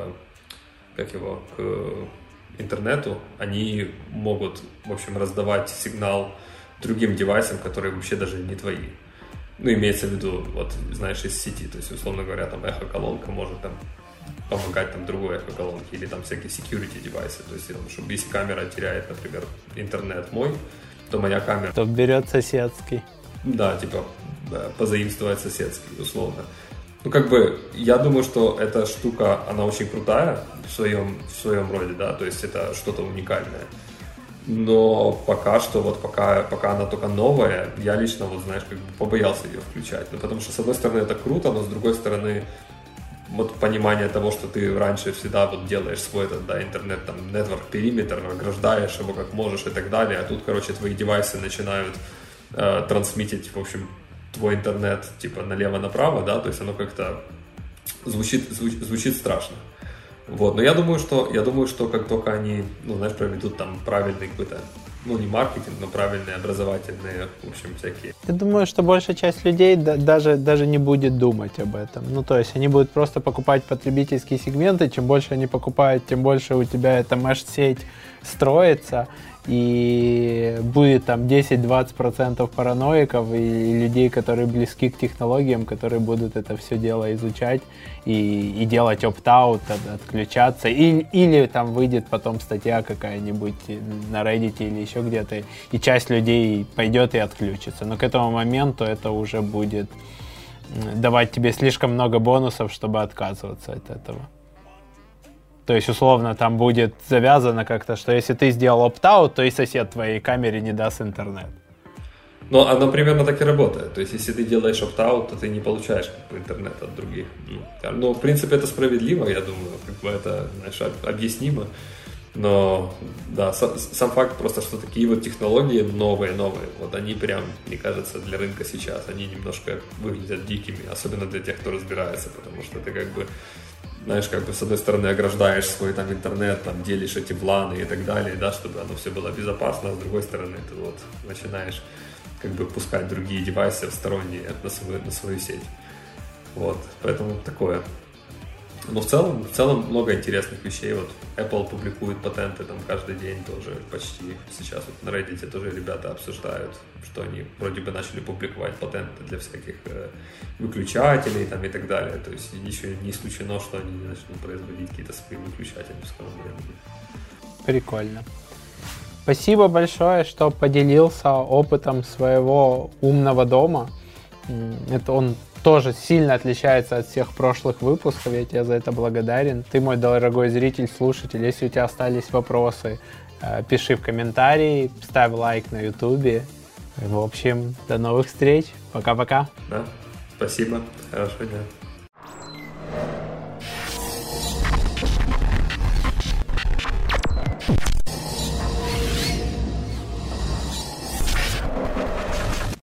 к интернету, они могут, в общем, раздавать сигнал другим девайсам, которые вообще даже не твои. Ну, имеется в виду, вот, знаешь, из сети, то есть, условно говоря, там эхо-колонка может там помогать там другой эхо-колонке или там всякие security девайсы, то есть, чтобы если камера теряет, например, интернет мой, то моя камера... То берет соседский. Да, типа, позаимствовать соседский, условно. Ну, как бы, я думаю, что эта штука, она очень крутая в своем роде, да, то есть это что-то уникальное. Но пока что, вот пока она только новая, я лично, вот знаешь, как бы побоялся ее включать. Ну, потому что, с одной стороны, это круто, но с другой стороны, вот понимание того, что ты раньше всегда вот делаешь свой этот, да, интернет, там, network периметр, ограждаешь его как можешь и так далее, а тут, короче, твои девайсы начинают трансмитить, в общем, твой интернет, типа, налево-направо, да, то есть оно как-то звучит страшно. Вот, но я думаю, что как только они, ну, знаешь, проведут там правильный какой-то, ну, не маркетинг, но правильные образовательные, в общем, всякие. Я думаю, что большая часть людей даже не будет думать об этом. Ну, то есть они будут просто покупать потребительские сегменты. Чем больше они покупают, тем больше у тебя эта меш-сеть строится. И будет там 10-20% параноиков и людей, которые близки к технологиям, которые будут это все дело изучать и делать опт-аут, отключаться. Или там выйдет потом статья какая-нибудь на Reddit или еще где-то, и часть людей пойдет и отключится. Но к этому моменту это уже будет давать тебе слишком много бонусов, чтобы отказываться от этого. То есть, условно, там будет завязано как-то, что если ты сделал опт-аут, то и сосед твоей камере не даст интернет. Ну, оно примерно так и работает. То есть, если ты делаешь опт-аут, то ты не получаешь как бы интернет от других. Ну, в принципе, это справедливо, я думаю, как бы это, знаешь, объяснимо. Но, да, сам факт просто, что такие вот технологии новые, вот они прям, мне кажется, для рынка сейчас, они немножко выглядят дикими, особенно для тех, кто разбирается, потому что ты как бы, знаешь, как бы с одной стороны ограждаешь свой там интернет, там делишь эти вланы и так далее, да, чтобы оно все было безопасно, а с другой стороны ты вот начинаешь как бы пускать другие девайсы сторонние на свою сеть. Вот, поэтому такое. Но в целом много интересных вещей. Вот Apple публикует патенты там каждый день тоже почти. Сейчас вот на Reddit тоже ребята обсуждают, что они вроде бы начали публиковать патенты для всяких выключателей там и так далее. То есть еще не исключено, что они начнут производить какие-то свои выключатели в скором времени. Прикольно. Спасибо большое, что поделился опытом своего умного дома. Это он тоже сильно отличается от всех прошлых выпусков, я тебе за это благодарен. Ты, мой дорогой зритель, слушатель, если у тебя остались вопросы, пиши в комментарии, ставь лайк на ютубе. В общем, до новых встреч, пока-пока. Да, спасибо, хорошего дня.